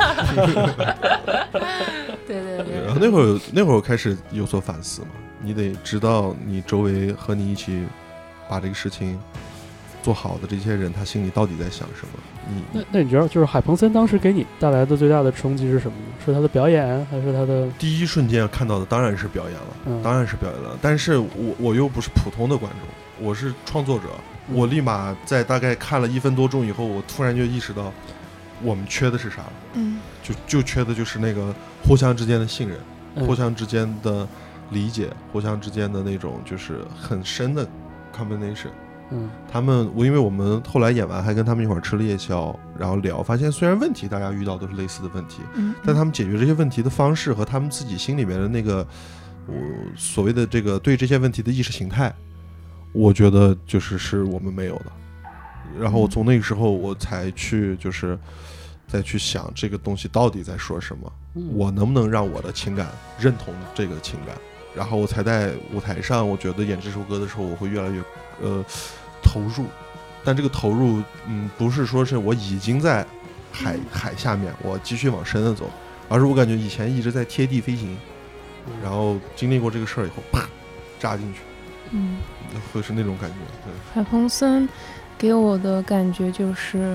S7: 对。
S2: 然后那会儿我开始有所反思嘛，你得知道你周围和你一起把这个事情做好的这些人，他心里到底在想什么？
S1: 那你觉得就是海鹏森当时给你带来的最大的冲击是什么呢？是他的表演，还是他的？
S2: 第一瞬间看到的当然是表演了，当然是表演了。但是我又不是普通的观众，我是创作者，我立马在大概看了1分多钟以后，我突然就意识到我们缺的是啥了。就缺的就是那个互相之间的信任，互相之间的理解，互相之间的那种就是很深的 combination。因为我们后来演完还跟他们一块儿吃了夜宵，然后聊，发现虽然问题大家遇到都是类似的问题，但他们解决这些问题的方式和他们自己心里面的那个所谓的这个对这些问题的意识形态，我觉得是我们没有的。然后从那个时候我才去再去想这个东西到底在说什么，我能不能让我的情感认同这个情感，然后我才在舞台上，我觉得演这首歌的时候我会越来越投入。但这个投入不是说是我已经在海下面我继续往深的走，而是我感觉以前一直在贴地飞行，然后经历过这个事儿以后啪扎进去，会是那种感觉。对，
S7: 海鹏森给我的感觉就是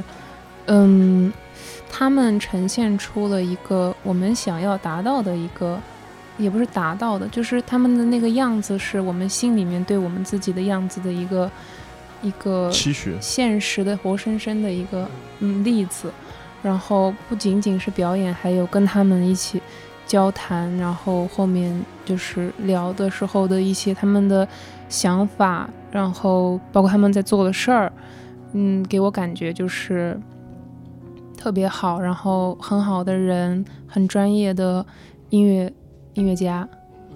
S7: 他们呈现出了一个我们想要达到的一个，也不是达到的，就是他们的那个样子是我们心里面对我们自己的样子的一个
S2: 期许，
S7: 现实的活生生的一个例子。然后不仅仅是表演，还有跟他们一起交谈，然后后面就是聊的时候的一些他们的想法，然后包括他们在做的事儿，给我感觉就是特别好，然后很好的人，很专业的音乐家。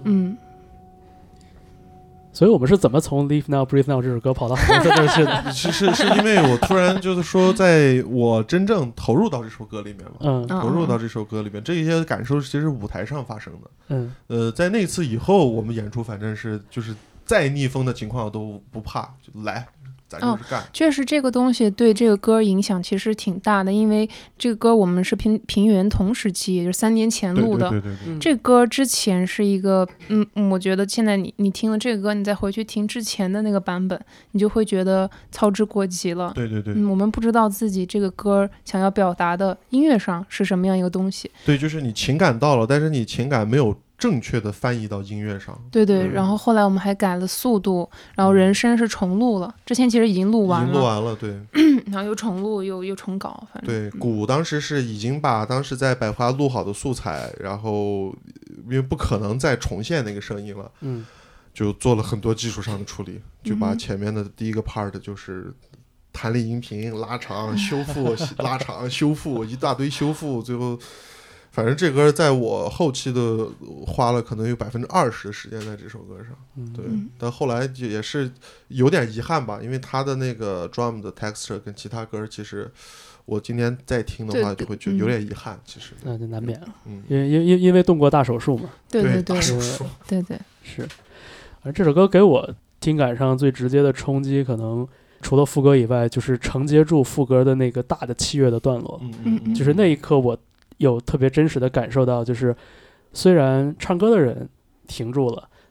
S1: 所以我们是怎么从 Live Now Breathe Now 这首歌跑到海鹏森那儿去的？
S2: 是因为我突然就是说，在我真正投入到这首歌里面了，投入到这首歌里面，这一些感受其实是舞台上发生的。在那次以后，我们演出反正是就是再逆风的情况都不怕，就来。咱就是干。
S7: 确实这个东西对这个歌影响其实挺大的，因为这个歌我们是平原同时期，也就是3年前录的。
S2: 对。
S7: 这歌之前是一个，我觉得现在你听了这个歌，你再回去听之前的那个版本，你就会觉得操之过急了。
S2: 对。
S7: 我们不知道自己这个歌想要表达的音乐上是什么样一个东西。
S2: 对，就是你情感到了，但是你情感没有正确的翻译到音乐上。
S7: 对，然后后来我们还改了速度，然后人声是重录了，之前其实已经录完了，
S2: 对。
S7: 然后又重录又重稿，反正
S2: 对。鼓当时是已经把当时在百花录好的素材，然后因为不可能再重现那个声音了，就做了很多技术上的处理，就把前面的第一个 part 就是弹力音频拉长修复拉长修复一大堆修复，最后反正这歌在我后期的花了可能有20%的时间在这首歌上，对。但后来也是有点遗憾吧，因为他的那个 drum 的 texture 跟其他歌其实我今天再听的话就会觉得有点遗憾，其实
S1: 那就难免了，因为动过大手术嘛。
S7: 对，
S2: 大手术，
S7: 对
S1: 是。而这首歌给我听感上最直接的冲击，可能除了副歌以外，就是承接住副歌的那个大的器乐的段落，就是那一刻我有特别真实的感受到，就是虽然唱歌的人停住了，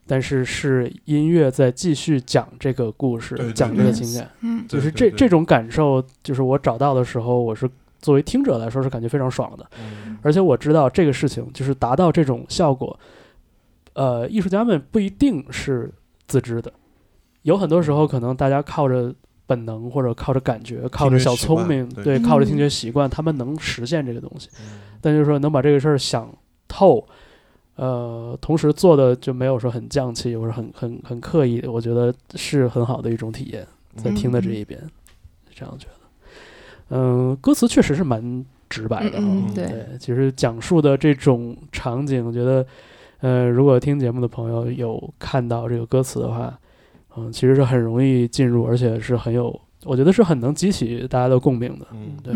S1: 但是是音乐在继续讲这个故事，讲这个情感。就是这种感受，就是我找到的时候，我是作为听者来说是感觉非常爽的。而且我知道这个事情就是达到这种效果，艺术家们不一定是自知的，有很多时候可能大家靠着本能或者靠着感觉，靠着小聪明，对，靠着听觉习惯，他们能实现这个东西。但就是说能把这个事儿想透，同时做的就没有说很匠气或者很刻意，我觉得是很好的一种体验，在听的这一边，这样觉得。歌词确实是蛮直白的，对，其实讲述的这种场景，我觉得，如果听节目的朋友有看到这个歌词的话，其实是很容易进入，而且是很有，我觉得是很能激起大家的共鸣的。对，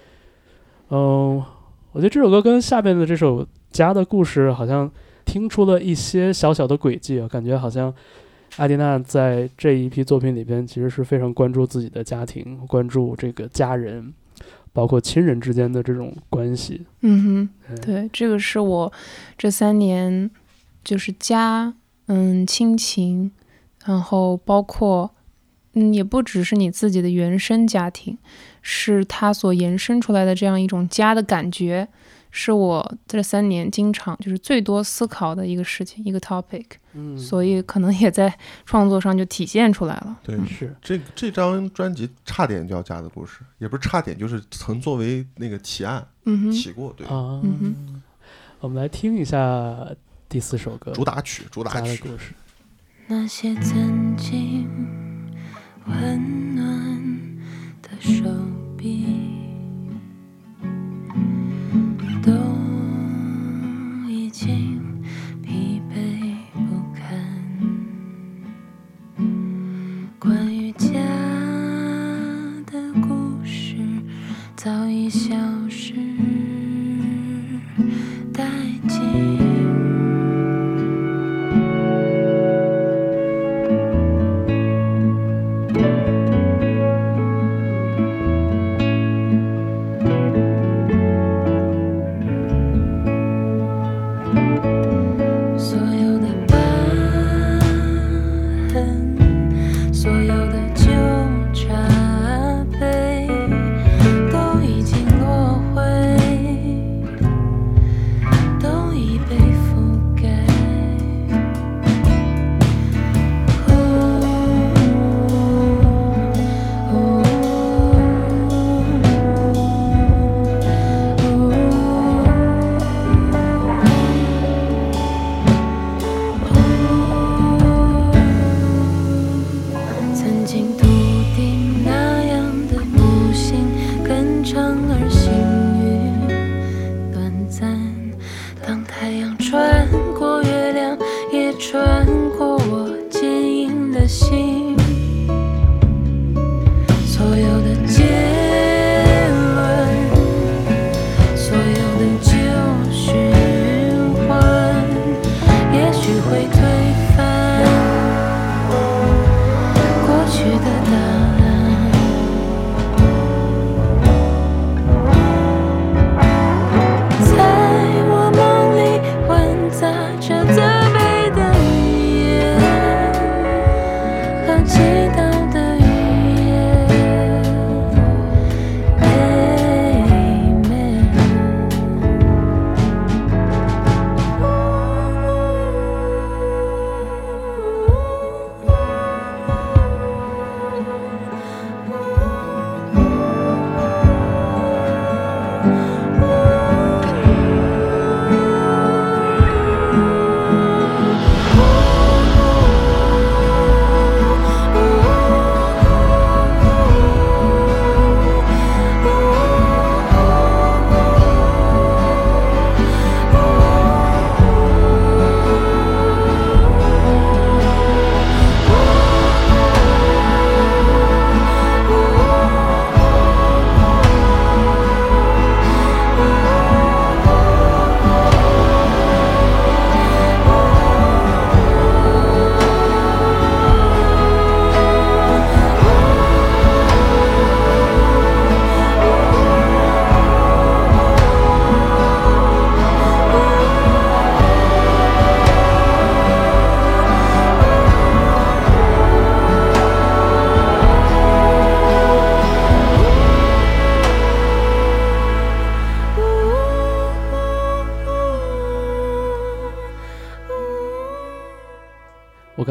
S1: 我觉得这首歌跟下面的这首《家的故事》好像听出了一些小小的轨迹，感觉好像阿迪娜在这一批作品里边，其实是非常关注自己的家庭，关注这个家人，包括亲人之间的这种关系。
S7: 对，这个是我这3年就是家，亲情，然后包括也不只是你自己的原生家庭，是它所延伸出来的这样一种家的感觉，是我这3年经常就是最多思考的一个事情，一个 topic。所以可能也在创作上就体现出来了。
S9: 对，是这张专辑差点叫《家的故事》，也不是差点，就是曾作为那个起案起过。对
S1: 我们来听一下第4首歌，
S9: 主打曲《
S1: 家的故事》。
S8: 那些曾经温暖的手臂，都已经疲惫不堪。关于家的故事早已消失殆尽。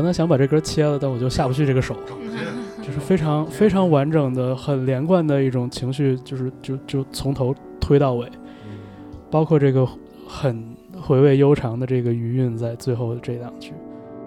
S1: 才想把这歌切了，但我就下不去这个手，就是非常非常完整的、很连贯的一种情绪，就从头推到尾，包括这个很回味悠长的这个余韵在最后的这两句。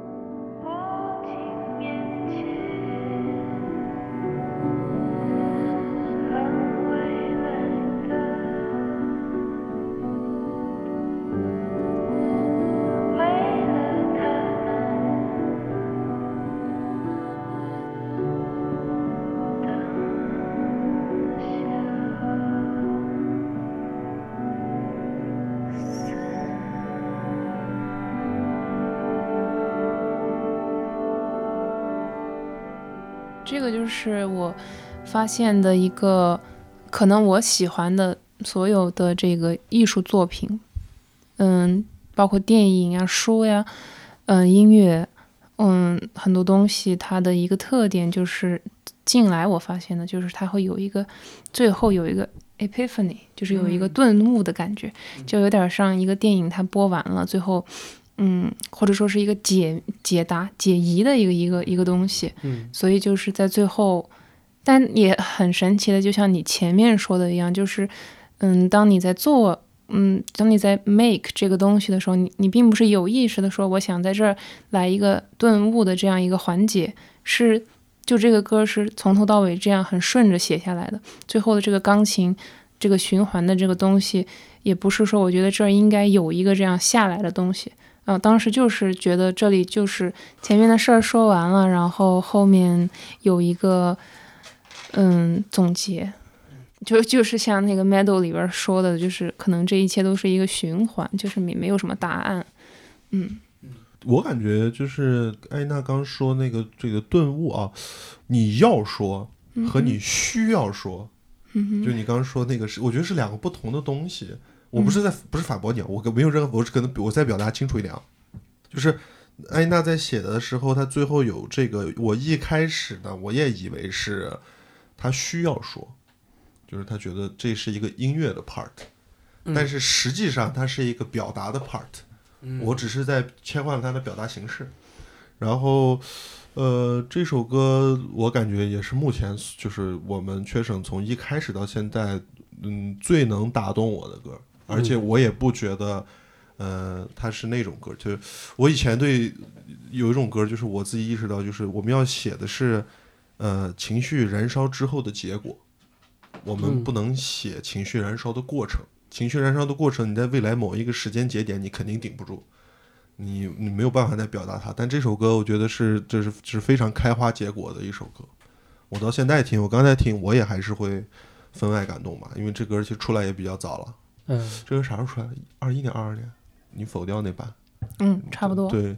S7: 这个就是我发现的一个可能我喜欢的所有的这个艺术作品，包括电影啊、书呀、音乐，很多东西它的一个特点就是近来我发现的就是它会有一个最后有一个 epiphany， 就是有一个顿悟的感觉，就有点像一个电影它播完了最后或者说是一个解答解疑的一个东西，所以就是在最后，但也很神奇的，就像你前面说的一样，就是当你在做当你在 make 这个东西的时候，你并不是有意识的说我想在这儿来一个顿悟的这样一个环节，是就这个歌是从头到尾这样很顺着写下来的，最后的这个钢琴这个循环的这个东西，也不是说我觉得这儿应该有一个这样下来的东西。当时就是觉得这里就是前面的事儿说完了，然后后面有一个总结，就是像那个 Meadow 里边说的，就是可能这一切都是一个循环，就是没有什么答案。
S9: 我感觉就是艾娜刚说那个这个顿悟啊，你要说和你需要说，就你刚说那个是，我觉得是两个不同的东西。我不是反驳你，我没有任何，我是可能我再表达清楚一点啊，就是艾娜在写的时候，她最后有这个，我一开始呢我也以为是她需要说，就是她觉得这是一个音乐的 part，但是实际上它是一个表达的 part，我只是在切换了它的表达形式，然后这首歌我感觉也是目前就是我们缺省从一开始到现在最能打动我的歌。而且我也不觉得，它是那种歌。就是我以前对有一种歌，就是我自己意识到，就是我们要写的是，情绪燃烧之后的结果，我们不能写情绪燃烧的过程。情绪燃烧的过程，你在未来某一个时间节点，你肯定顶不住，你没有办法再表达它。但这首歌，我觉得这是非常开花结果的一首歌。我到现在听，我刚才听，我也还是会分外感动吧，因为这歌其实出来也比较早了。这个啥时候出来的？21年、22年，你否掉那版？
S7: 差不多。
S9: 对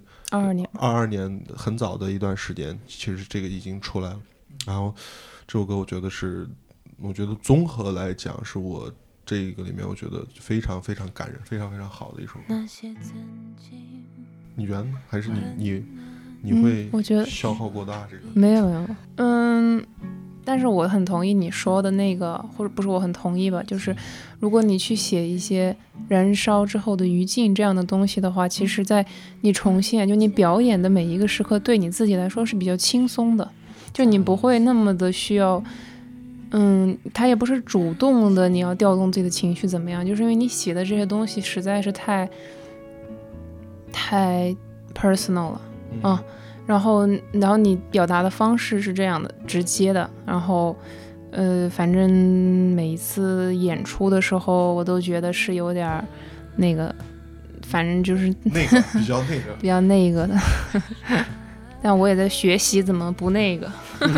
S7: ，22
S9: 年很早的一段时间，其实这个已经出来了。然后这首歌，我觉得综合来讲，是我这个里面我觉得非常非常感人、非常非常好的一首歌。你觉得呢？还是你会
S7: 我觉得
S9: 消耗过大这个？
S7: 没有，但是我很同意你说的那个，或者不是我很同意吧，就是如果你去写一些燃烧之后的余烬这样的东西的话，其实在你重现就你表演的每一个时刻对你自己来说是比较轻松的，就你不会那么的需要它也不是主动的你要调动自己的情绪怎么样，就是因为你写的这些东西实在是太 personal 了然后你表达的方式是这样的直接的，然后反正每一次演出的时候我都觉得是有点那个，反正就是
S9: 那个比较那个
S7: 比较那个的但我也在学习怎么不那个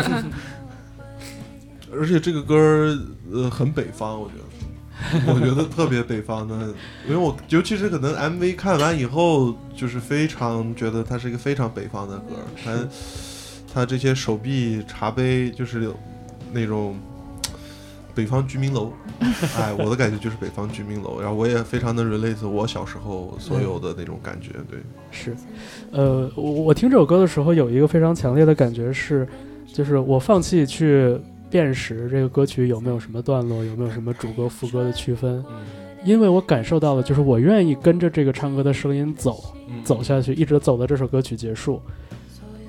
S9: 而且这个歌很北方，我觉得特别北方的，因为我尤其是可能 MV 看完以后，就是非常觉得它是一个非常北方的歌。它这些手臂茶杯就是那种北方居民楼，我的感觉就是北方居民楼。然后我也非常的 relate 我小时候所有的那种感觉。对，
S1: 是，我听这首歌的时候有一个非常强烈的感觉是，就是我放弃去辨识这个歌曲有没有什么段落，有没有什么主歌副歌的区分，因为我感受到了，就是我愿意跟着这个唱歌的声音走下去，一直走到这首歌曲结束。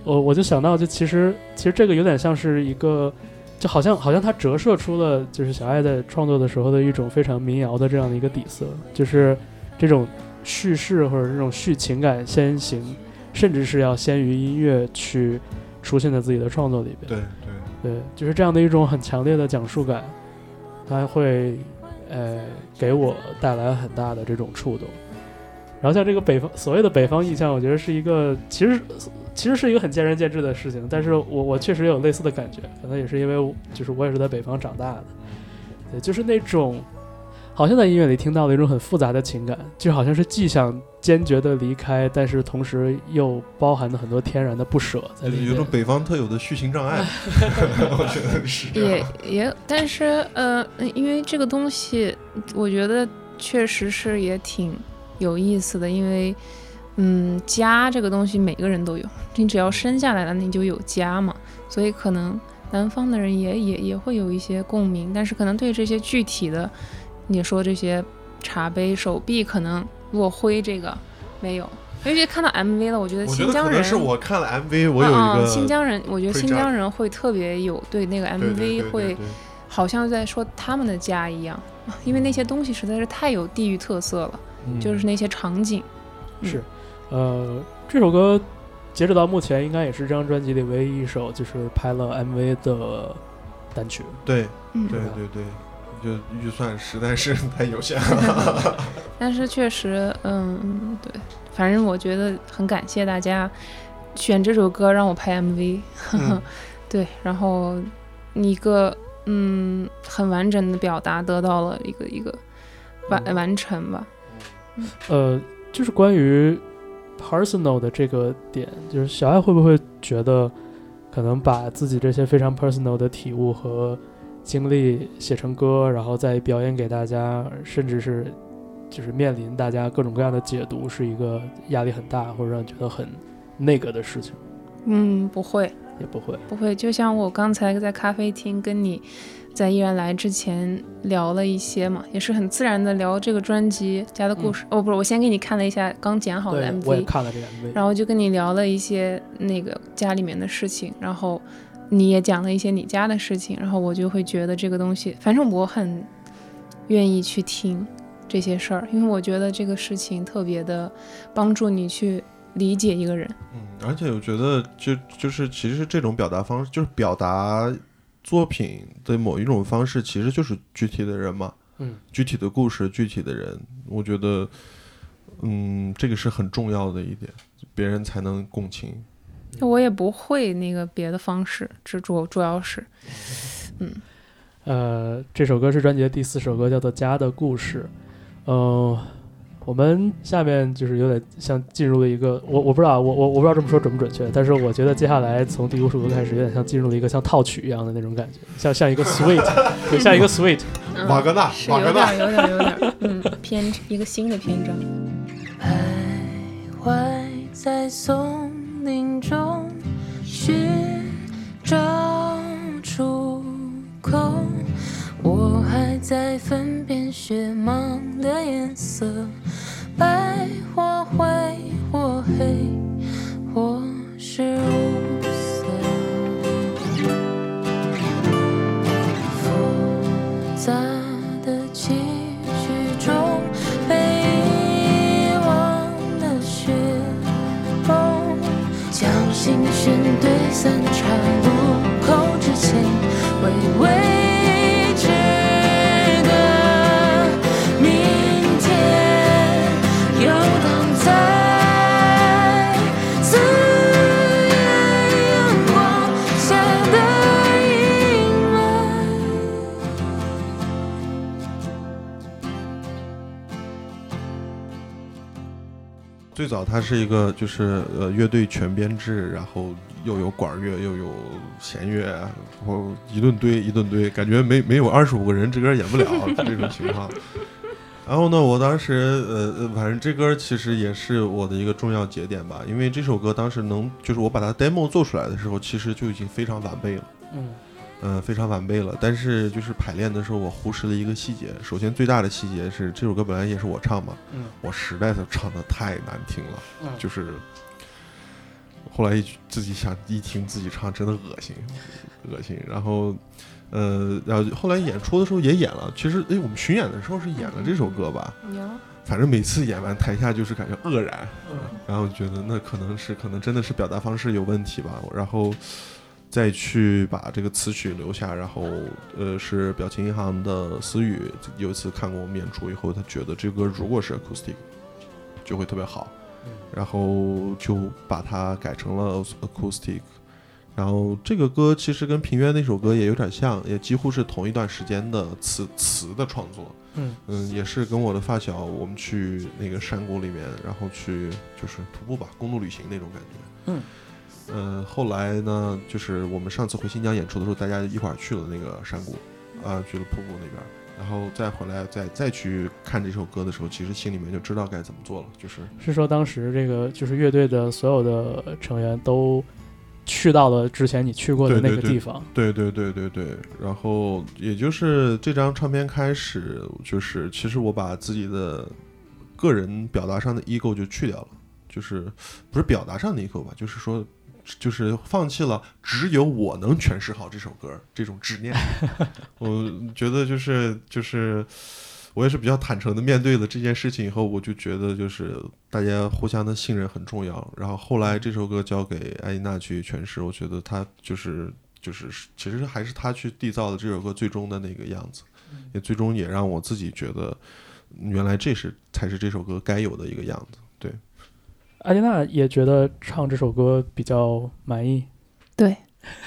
S1: 我就想到，就其实这个有点像是一个，就好像它折射出了就是小爱在创作的时候的一种非常民谣的这样的一个底色，就是这种叙事或者这种叙情感先行，甚至是要先于音乐去出现在自己的创作里边。对，就是这样的一种很强烈的讲述感，它会给我带来很大的这种触动。然后像这个所谓的北方意象，我觉得是一个其实是一个很见仁见智的事情，但是我确实有类似的感觉，可能也是因为就是我也是在北方长大的，对，就是那种好像在音乐里听到的一种很复杂的情感，就好像是既想坚决的离开，但是同时又包含了很多天然的不舍在里面，
S9: 有种北方特有的叙情障碍我觉得是
S7: 也但是因为这个东西我觉得确实是也挺有意思的，因为家这个东西每个人都有，你只要生下来了你就有家嘛，所以可能南方的人也会有一些共鸣，但是可能对这些具体的你说这些茶杯手臂可能落灰这个没有，尤其看到 MV 了，我觉得新疆人，
S9: 可能是我看了 MV 我有一个
S7: 新疆人，我觉得新疆人会特别有对那个 MV 会好像在说他们的家一样，因为那些东西实在是太有地域特色了，就是那些场景。
S1: 是这首歌截止到目前应该也是这张专辑里唯一一首就是拍了 MV 的单曲。
S9: 对，就预算实在是太有限了
S7: 但是确实对，反正我觉得很感谢大家选这首歌让我拍 MV 对，然后一个很完整的表达得到了一个完成吧。
S1: 就是关于 personal 的这个点，就是小爱会不会觉得可能把自己这些非常 personal 的体悟和经历写成歌，然后再表演给大家，甚至是就是面临大家各种各样的解读，是一个压力很大或者让你觉得很那个的事情？
S7: 不会，
S1: 也不
S7: 会。就像我刚才在咖啡厅跟你在依然来之前聊了一些嘛，也是很自然的聊这个专辑家的故事。不是，我先给你看了一下刚剪好的 MV，
S1: 我也看了这个 MV，
S7: 然后就跟你聊了一些那个家里面的事情，然后你也讲了一些你家的事情，然后我就会觉得这个东西，反正我很愿意去听这些事儿，因为我觉得这个事情特别的帮助你去理解一个人。
S9: 而且我觉得就是其实这种表达方式，就是表达作品的某一种方式，其实就是具体的人嘛，具体的故事，具体的人，我觉得这个是很重要的一点，别人才能共情。
S7: 我也不会那个别的方式，主要是
S1: 这首歌是专辑的第4首歌，叫做《家的故事》。我们下面就是有点像进入了一个，我不知道，我不知道这么说准不准确，但是我觉得接下来从第5首歌开始，有点像进入了一个像套曲一样的那种感觉，像一个 suite， 对，像一个 suite，
S9: 瓦格纳，
S7: 有点一个新的篇章。
S8: 徘徊在松林中寻找出口，我还在分辨雪茫的颜色，白或灰或黑或是无色，复杂的期许中被遗忘的雪崩，将心弦对散岔路口之前，微微
S9: 最早它是一个就是乐队全编制，然后又有管乐又有弦乐，然后一顿堆，感觉没有25个人这歌演不了这种情况。然后呢，我当时反正这歌其实也是我的一个重要节点吧，因为这首歌当时就是我把它 demo 做出来的时候，其实就已经非常完备了。非常完备了，但是就是排练的时候我忽视了一个细节。首先最大的细节是这首歌本来也是我唱嘛，我实在是唱的太难听了，就是后来自己想一听自己唱，真的恶心。然后后来演出的时候也演了。其实我们巡演的时候是演了这首歌吧？反正每次演完台下就是感觉愕然，然后觉得那可能真的是表达方式有问题吧。然后再去把这个词曲留下，然后是表情银行的思雨有一次看过我们演出以后，他觉得这歌如果是 acoustic 就会特别好，然后就把它改成了 acoustic。然后这个歌其实跟平原那首歌也有点像，也几乎是同一段时间的词的创作。也是跟我的发小我们去那个山谷里面，然后去就是徒步吧，公路旅行那种感觉。后来呢，就是我们上次回新疆演出的时候，大家一块儿去了那个山谷，去了瀑布那边，然后再回来再去看这首歌的时候，其实心里面就知道该怎么做了。是
S1: 说当时这个就是乐队的所有的成员都去到了之前你去过的那个地方。
S9: 对。然后也就是这张唱片开始，就是其实我把自己的个人表达上的 ego 就去掉了，就是不是表达上的 ego 吧，就是说就是放弃了只有我能诠释好这首歌这种执念。我觉得就是我也是比较坦诚的面对了这件事情以后，我就觉得就是大家互相的信任很重要。然后后来这首歌交给艾琳娜去诠释，我觉得她就是其实还是她去缔造了这首歌最终的那个样子，也最终也让我自己觉得原来才是这首歌该有的一个样子。对，
S1: 艾琳娜也觉得唱这首歌比较满意。
S7: 对。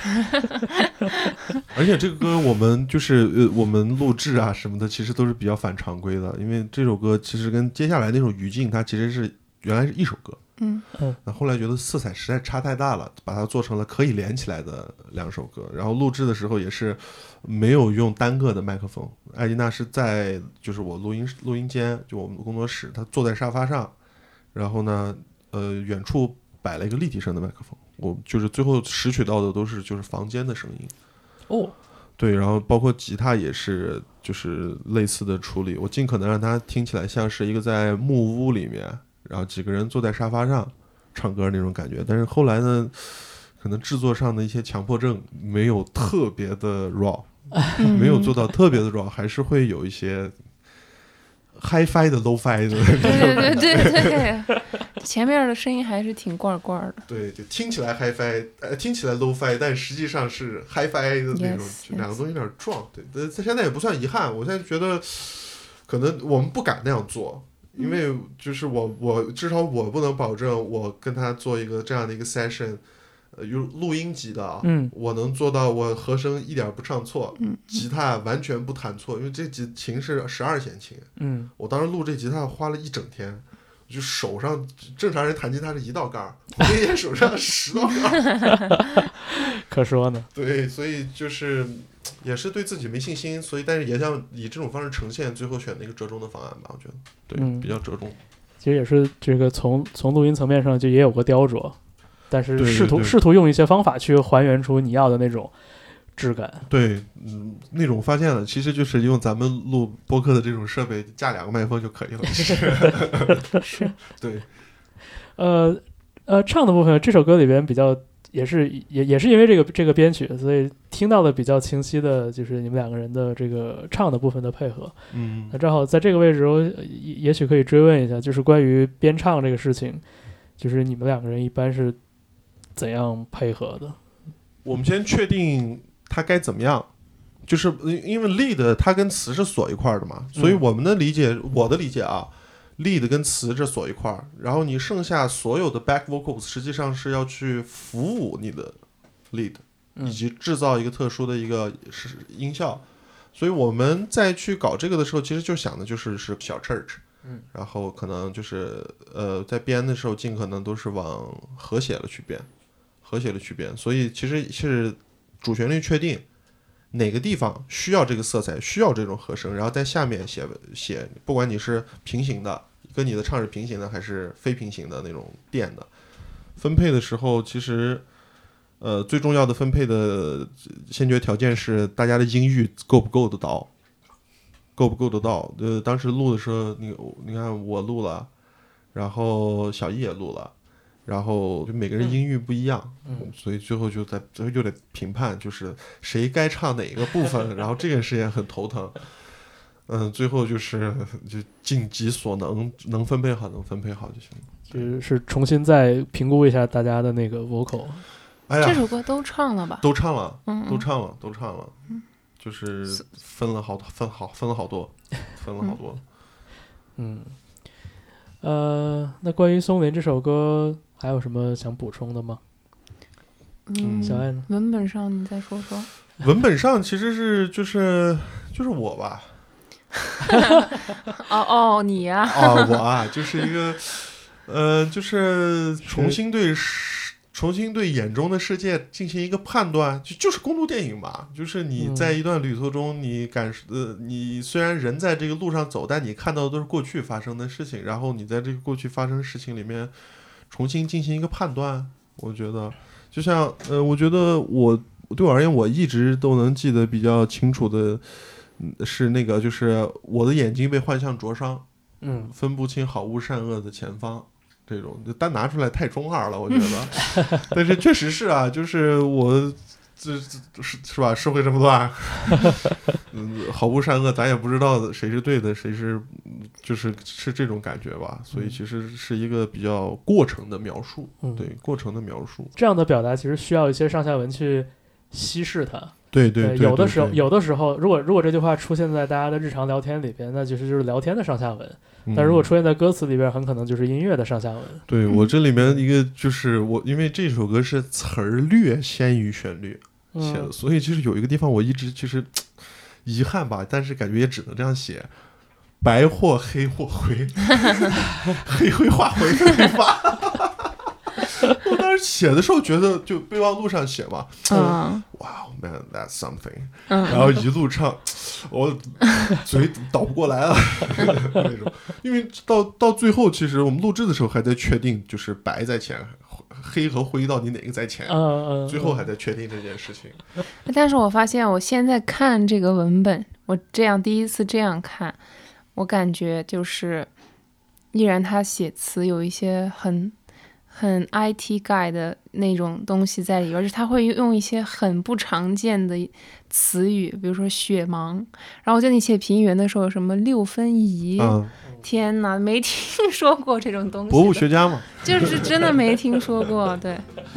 S9: 而且这个歌我们就是我们录制啊什么的其实都是比较反常规的，因为这首歌其实跟接下来那首余烬它其实是原来是一首歌，那后来觉得色彩实在差太大了，把它做成了可以连起来的2首歌。然后录制的时候也是没有用单个的麦克风，艾琳娜是在就是我录音间，就我们的工作室，她坐在沙发上，然后呢远处摆了一个立体声的麦克风，我就是最后拾取到的都是就是房间的声音。对，然后包括吉他也是就是类似的处理，我尽可能让它听起来像是一个在木屋里面，然后几个人坐在沙发上唱歌那种感觉。但是后来呢，可能制作上的一些强迫症没有特别的 raw， 没有做到特别的 raw， 还是会有一些 hi-fi 的 low-fi 的。
S7: 对，前面的声音还是挺怪怪的。
S9: 对，就听起来 hi-fi，听起来 low-fi， 但实际上是 hi-fi 的那种，两个东西有点撞。对，现在也不算遗憾，我现在觉得可能我们不敢那样做，因为就是我至少我不能保证我跟他做一个这样的一个 session。有录音级的啊，我能做到我和声一点不唱错，吉他完全不弹错，因为这琴是12弦琴，我当时录这吉他花了一整天，就手上正常人弹吉他是1道杠，我那天手上10道杠，
S1: 可说呢。
S9: 对，所以就是也是对自己没信心，所以但是也想以这种方式呈现，最后选了一个折中的方案吧，我觉得对，比较折中。
S1: 其实也是这个从录音层面上就也有个雕琢。但是试图用一些方法去还原出你要的那种质感。对，
S9: 那种发现了，其实就是用咱们录播客的这种设备架2个麦克风就可以了。
S1: 是，
S9: 对。
S1: 唱的部分，这首歌里边比较也是因为这个编曲，所以听到的比较清晰的就是你们2个人的这个唱的部分的配合。那正好在这个位置，我也许可以追问一下，就是关于编唱这个事情，就是你们2个人一般是怎样配合的？
S9: 我们先确定它该怎么样，就是因为 lead 它跟词是锁一块的嘛，所以我的理解啊，lead 跟词是锁一块，然后你剩下所有的 back vocals 实际上是要去服务你的 lead，以及制造一个特殊的一个音效。所以我们在去搞这个的时候，其实就想的是小 church。然后可能就是在编的时候尽可能都是往和谐了去编，所以其实是主旋律确定哪个地方需要这个色彩，需要这种和声，然后在下面写不管你是平行的跟你的唱是平行的还是非平行的那种电的分配的时候，其实最重要的分配的先决条件是大家的音域够不够得到。当时录的时候，你看我录了，然后小易也录了， 然后就每个人音域不一样，所以最后就得评判，就是谁该唱哪个部分，然后这件事也很头疼。最后就尽己所能分配好就行了。
S1: 就是重新再评估一下大家的那个 vocal。
S7: 哎呀，这首歌都唱了吧？
S9: 都唱了，都唱了，就是分了好多。
S1: 那关于松林这首歌还有什么想补充的吗？小爱呢？
S7: 文本上你再说说。
S9: 文本上其实是就是我吧。
S7: 你呀。
S9: 我啊，就是一个就是重新对眼中的世界进行一个判断，就是公路电影嘛，就是你在一段旅途中，你虽然人在这个路上走，但你看到的都是过去发生的事情，然后你在这个过去发生的事情里面重新进行一个判断。我觉得就像我觉得对我而言，我一直都能记得比较清楚的是那个，就是我的眼睛被幻象灼伤，分不清好恶善恶的前方。这种就单拿出来太中二了，我觉得。但是确实是啊，就是我是吧？社会这么乱，好恶善恶咱也不知道谁是对的，谁是是这种感觉吧。所以其实是一个比较过程的描述，对过程的描述。
S1: 这样的表达其实需要一些上下文去稀释它。
S9: 对，
S1: 有的时候，如果这句话出现在大家的日常聊天里边，那就是聊天的上下文。但如果出现在歌词里边，很可能就是音乐的上下文。
S9: 对，我这里面一个就是因为这首歌是词儿略先于旋律写的，所以其实有一个地方我一直就是遗憾吧，但是感觉也只能这样写：白或黑或灰，黑灰化灰黑发。我当时写的时候觉得就备忘录上写嘛，Wow man that's something，然后一路唱，我嘴倒不过来了那种，因为到最后其实我们录制的时候还在确定，就是白在前，黑和灰到底哪个在前，最后还在确定这件事情。
S7: 但是我发现我现在看这个文本，我第一次这样看，我感觉就是依然他写词有一些很 IT guy 的那种东西在里边，就是他会用一些很不常见的词语，比如说雪盲，然后我记得你写平原的时候有什么六分仪，天哪，没听说过这种东西。
S9: 博物学家嘛，
S7: 就是真的没听说过，对，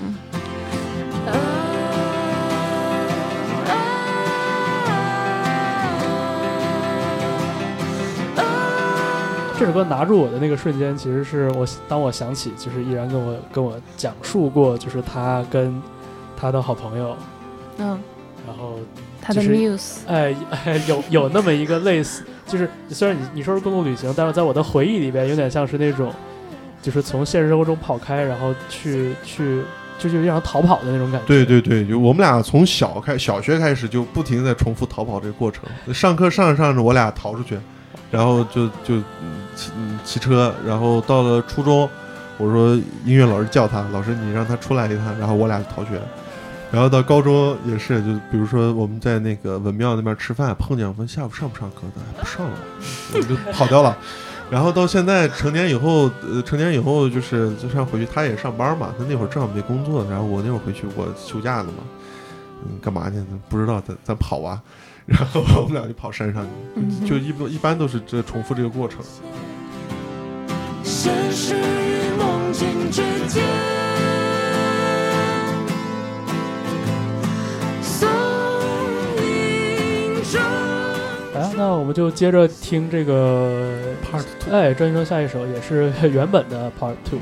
S1: 这首歌拿住我的那个瞬间，其实是当我想起，就是依然跟我讲述过，就是他跟他的好朋友，然后
S7: 他的 muse，
S1: 有那么一个类似，就是虽然你说是公路旅行，但是在我的回忆里边，有点像是那种，就是从现实生活中跑开，然后去就像逃跑的那种感觉。
S9: 对，就我们俩从小学开始就不停地在重复逃跑这个过程。上课上着我俩逃出去，然后就骑车，然后到了初中，我说音乐老师叫他，老师你让他出来一趟，然后我俩就逃学。然后到高中也是，就比如说我们在那个文庙那边吃饭，碰见我们下午上不上课的，不上了，我就跑掉了。然后到现在成年以后就是就上回去，他也上班嘛，他那会儿正好没工作，然后我那会儿回去我休假了嘛，干嘛去？不知道，咱跑啊。然后我们俩就跑山上去，就一般都是这重复这个过程。现实与梦境之间，
S1: 松林中。那我们就接着听这个 Part 2。张医生下一首也是原本的 Part 2。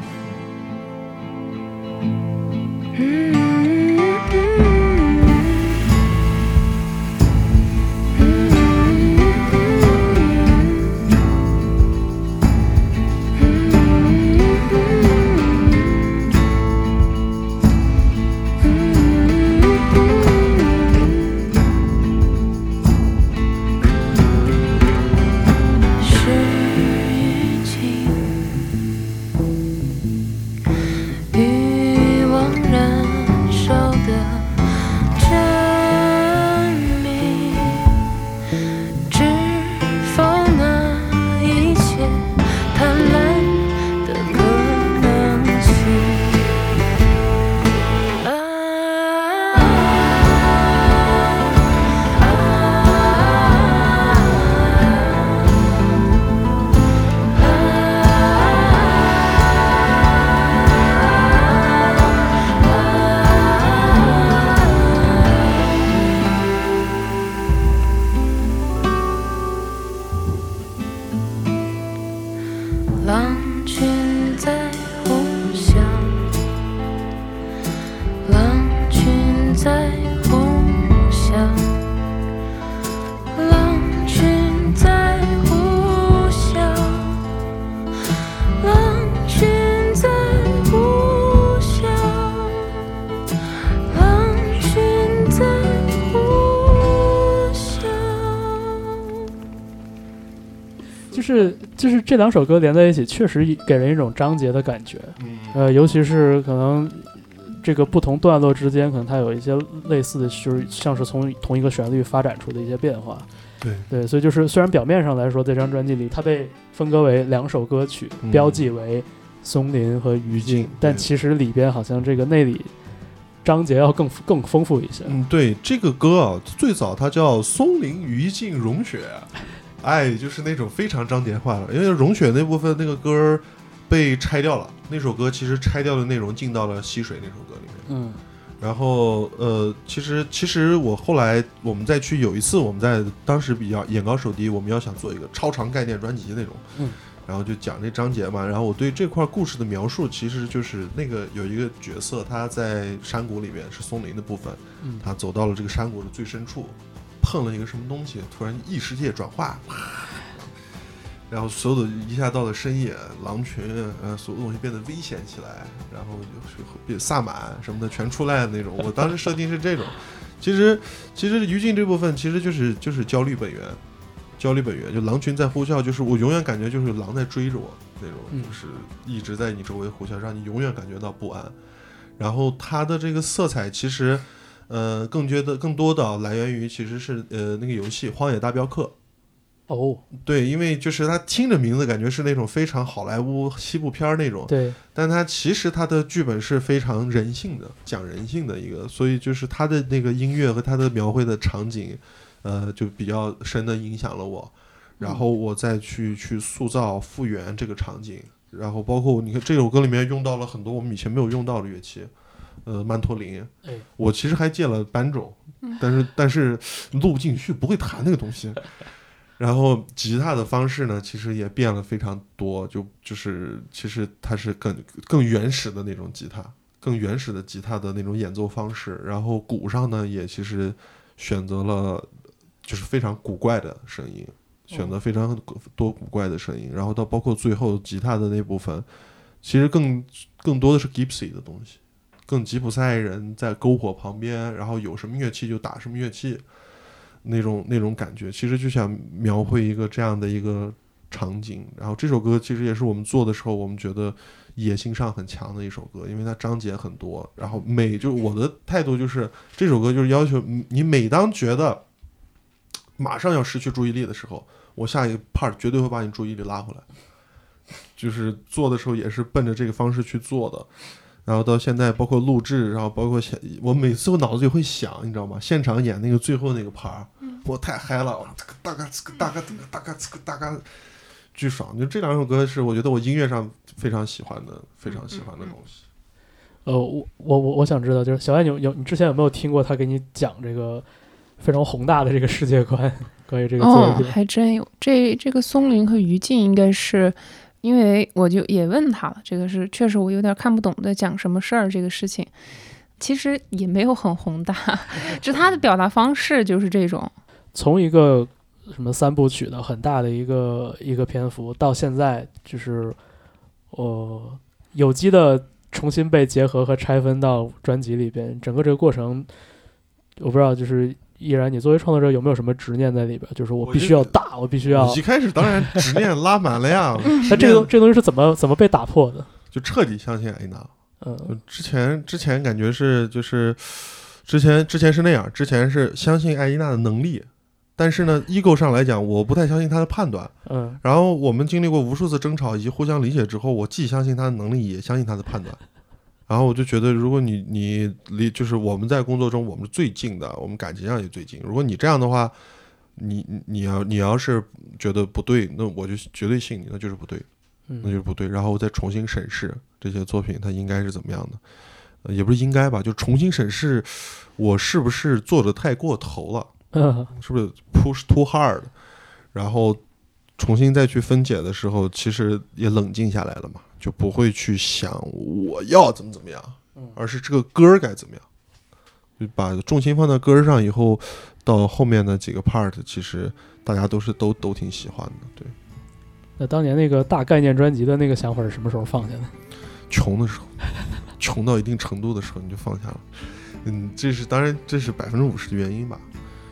S1: 就是这两首歌连在一起，确实给人一种章节的感觉。尤其是可能这个不同段落之间，可能它有一些类似的，就是像是从同一个旋律发展出的一些变化。对，所以就是虽然表面上来说，这张专辑里它被分割为2首歌曲，标记为松林和余烬，但其实里边好像这个内里章节要更丰富一些。
S9: 对，这个歌啊，最早它叫松林余烬融雪，就是那种非常章节化了。因为融雪那部分那个歌被拆掉了，那首歌其实拆掉的内容进到了溪水那首歌里面。然后其实我后来我们再去有一次，我们在当时比较眼高手低，我们要想做一个超长概念专辑那种。然后就讲这章节嘛，然后我对这块故事的描述其实就是那个有一个角色，他在山谷里面是松林的部分，他走到了这个山谷的最深处，碰了一个什么东西，突然异世界转化，然后所有的一下到了深夜，狼群所有东西变得危险起来，然后就萨满什么的全出来的那种。我当时设定是这种，其实余烬这部分其实就是焦虑本源。焦虑本源就狼群在呼啸，就是我永远感觉就是狼在追着我那种，就是一直在你周围呼啸，让你永远感觉到不安。然后它的这个色彩其实更多的来源于其实是那个游戏《荒野大镖客》。对，因为就是它听着名字感觉是那种非常好莱坞西部片那种，
S1: 对，
S9: 但它其实它的剧本是非常人性的，讲人性的一个，所以就是它的那个音乐和它的描绘的场景。就比较深的影响了我，然后我再去塑造复原这个场景，然后包括你看这首歌里面用到了很多我们以前没有用到的乐器，曼托林，我其实还借了banjo，但是录不进去，不会弹那个东西。然后吉他的方式呢，其实也变了非常多，就是其实它是更原始的那种吉他，更原始的吉他的那种演奏方式，然后鼓上呢也其实选择了。就是非常古怪的声音，选择非常多古怪的声音，然后到包括最后吉他的那部分，其实更多的是 Gypsy 的东西，更吉普赛人在篝火旁边，然后有什么乐器就打什么乐器，那种感觉，其实就想描绘一个这样的一个场景。然后这首歌其实也是我们做的时候，我们觉得野心上很强的一首歌，因为它章节很多，然后就是我的态度就是这首歌就是要求你每当觉得马上要失去注意力的时候，我下一个 part 绝对会把你注意力拉回来，就是做的时候也是奔着这个方式去做的。然后到现在包括录制，然后包括我每次我脑子里会想，你知道吗？现场演那个最后那个 part，我太嗨了，大概巨爽。就这两首歌是我觉得我音乐上非常喜欢的东西。
S1: 我想知道，就是小艾，你之前有没有听过他给你讲这个非常宏大的这个世界观，关于这个作品？
S7: 还真有。这个松林和余烬应该是，因为我就也问他了，这个是确实我有点看不懂的，讲什么事儿这个事情，其实也没有很宏大，就他的表达方式就是这种。
S1: 从一个什么3部曲的很大的一个篇幅，到现在就是有机的重新被结合和拆分到专辑里边，整个这个过程，我不知道就是依然你作为创作者有没有什么执念在里边？就是我必须要大，我必须要。
S9: 一开始当然执念拉满了呀。
S1: 那这东西是怎么被打破的？
S9: 就彻底相信艾娜。之前感觉是就是之前是那样，之前是相信艾依娜的能力。但是呢 ego 上来讲我不太相信他的判断，然后我们经历过无数次争吵以及互相理解之后，我既相信他的能力也相信他的判断，然后我就觉得如果你就是我们在工作中我们是最近的，我们感情上也最近，如果你这样的话，你要是觉得不对，那我就绝对信你，那就是不对，那就是不对，然后再重新审视这些作品它应该是怎么样的，也不是应该吧，就重新审视我是不是做得太过头了，是不是 push too hard， 然后重新再去分解的时候，其实也冷静下来了嘛，就不会去想我要怎么样，而是这个歌该怎么样，就把重心放在歌上以后，到后面的几个 part， 其实大家都挺喜欢的。对。
S1: 那当年那个大概念专辑的那个想法是什么时候放下的？
S9: 穷的时候，穷到一定程度的时候你就放下了。当然这是50%的原因吧。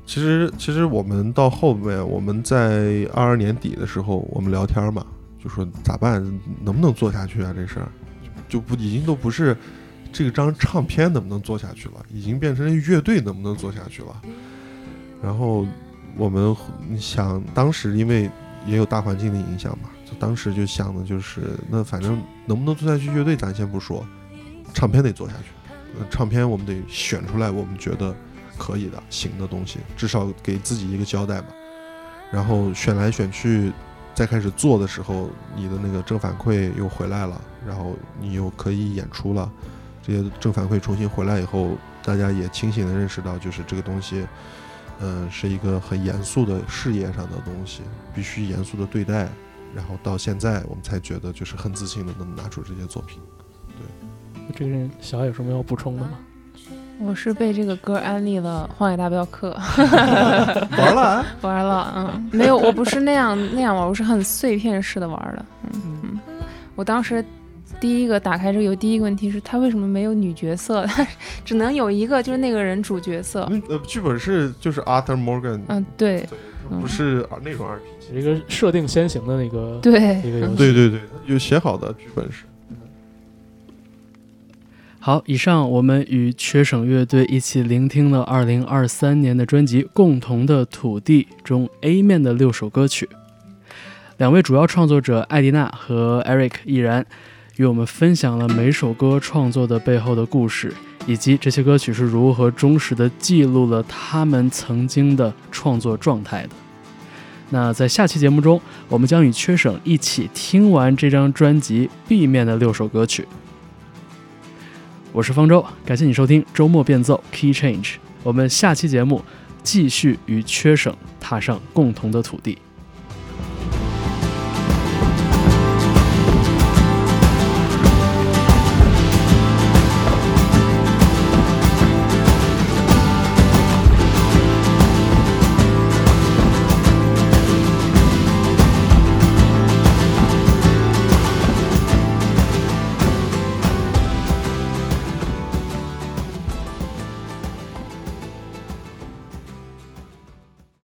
S9: 其实我们到后面，我们在22年底的时候，我们聊天嘛，就说咋办，能不能做下去啊？这事儿已经都不是这张唱片能不能做下去了，已经变成乐队能不能做下去了。然后我们想，当时因为也有大环境的影响嘛，当时就想的就是，那反正能不能做下去，乐队咱先不说，唱片得做下去。唱片我们得选出来我们觉得可以的行的东西，至少给自己一个交代吧。然后选来选去，再开始做的时候，你的那个正反馈又回来了，然后你又可以演出了，这些正反馈重新回来以后，大家也清醒地认识到，就是这个东西是一个很严肃的事业上的东西，必须严肃的对待。然后到现在我们才觉得就是很自信的能拿出这些作品。对，
S1: 这个人小爱有什么要补充的吗？
S7: 我是被这个歌安利了《荒野大镖客》
S9: 玩了，
S7: 玩了，没有，我不是那样玩，我是很碎片式的玩的，我当时第一个打开这个有第一个问题是，他为什么没有女角色？只能有一个，就是那个人主角色。
S9: 剧本就是 Arthur Morgan，
S7: 对，
S9: 不是那种 RPG，
S1: 一个设定先行的那个
S7: 对
S1: 一个游戏，
S9: 对，有写好的剧本是。
S1: 好，以上我们与缺省乐队一起聆听了2023年的专辑《共同的土地》中 A 面的6首歌曲。两位主要创作者艾迪娜和 Eric 亦然与我们分享了每首歌创作的背后的故事，以及这些歌曲是如何忠实地记录了他们曾经的创作状态的。那在下期节目中，我们将与缺省一起听完这张专辑 B 面的6首歌曲。我是方舟，感谢你收听周末变奏 Key Change， 我们下期节目继续与缺省踏上共同的土地。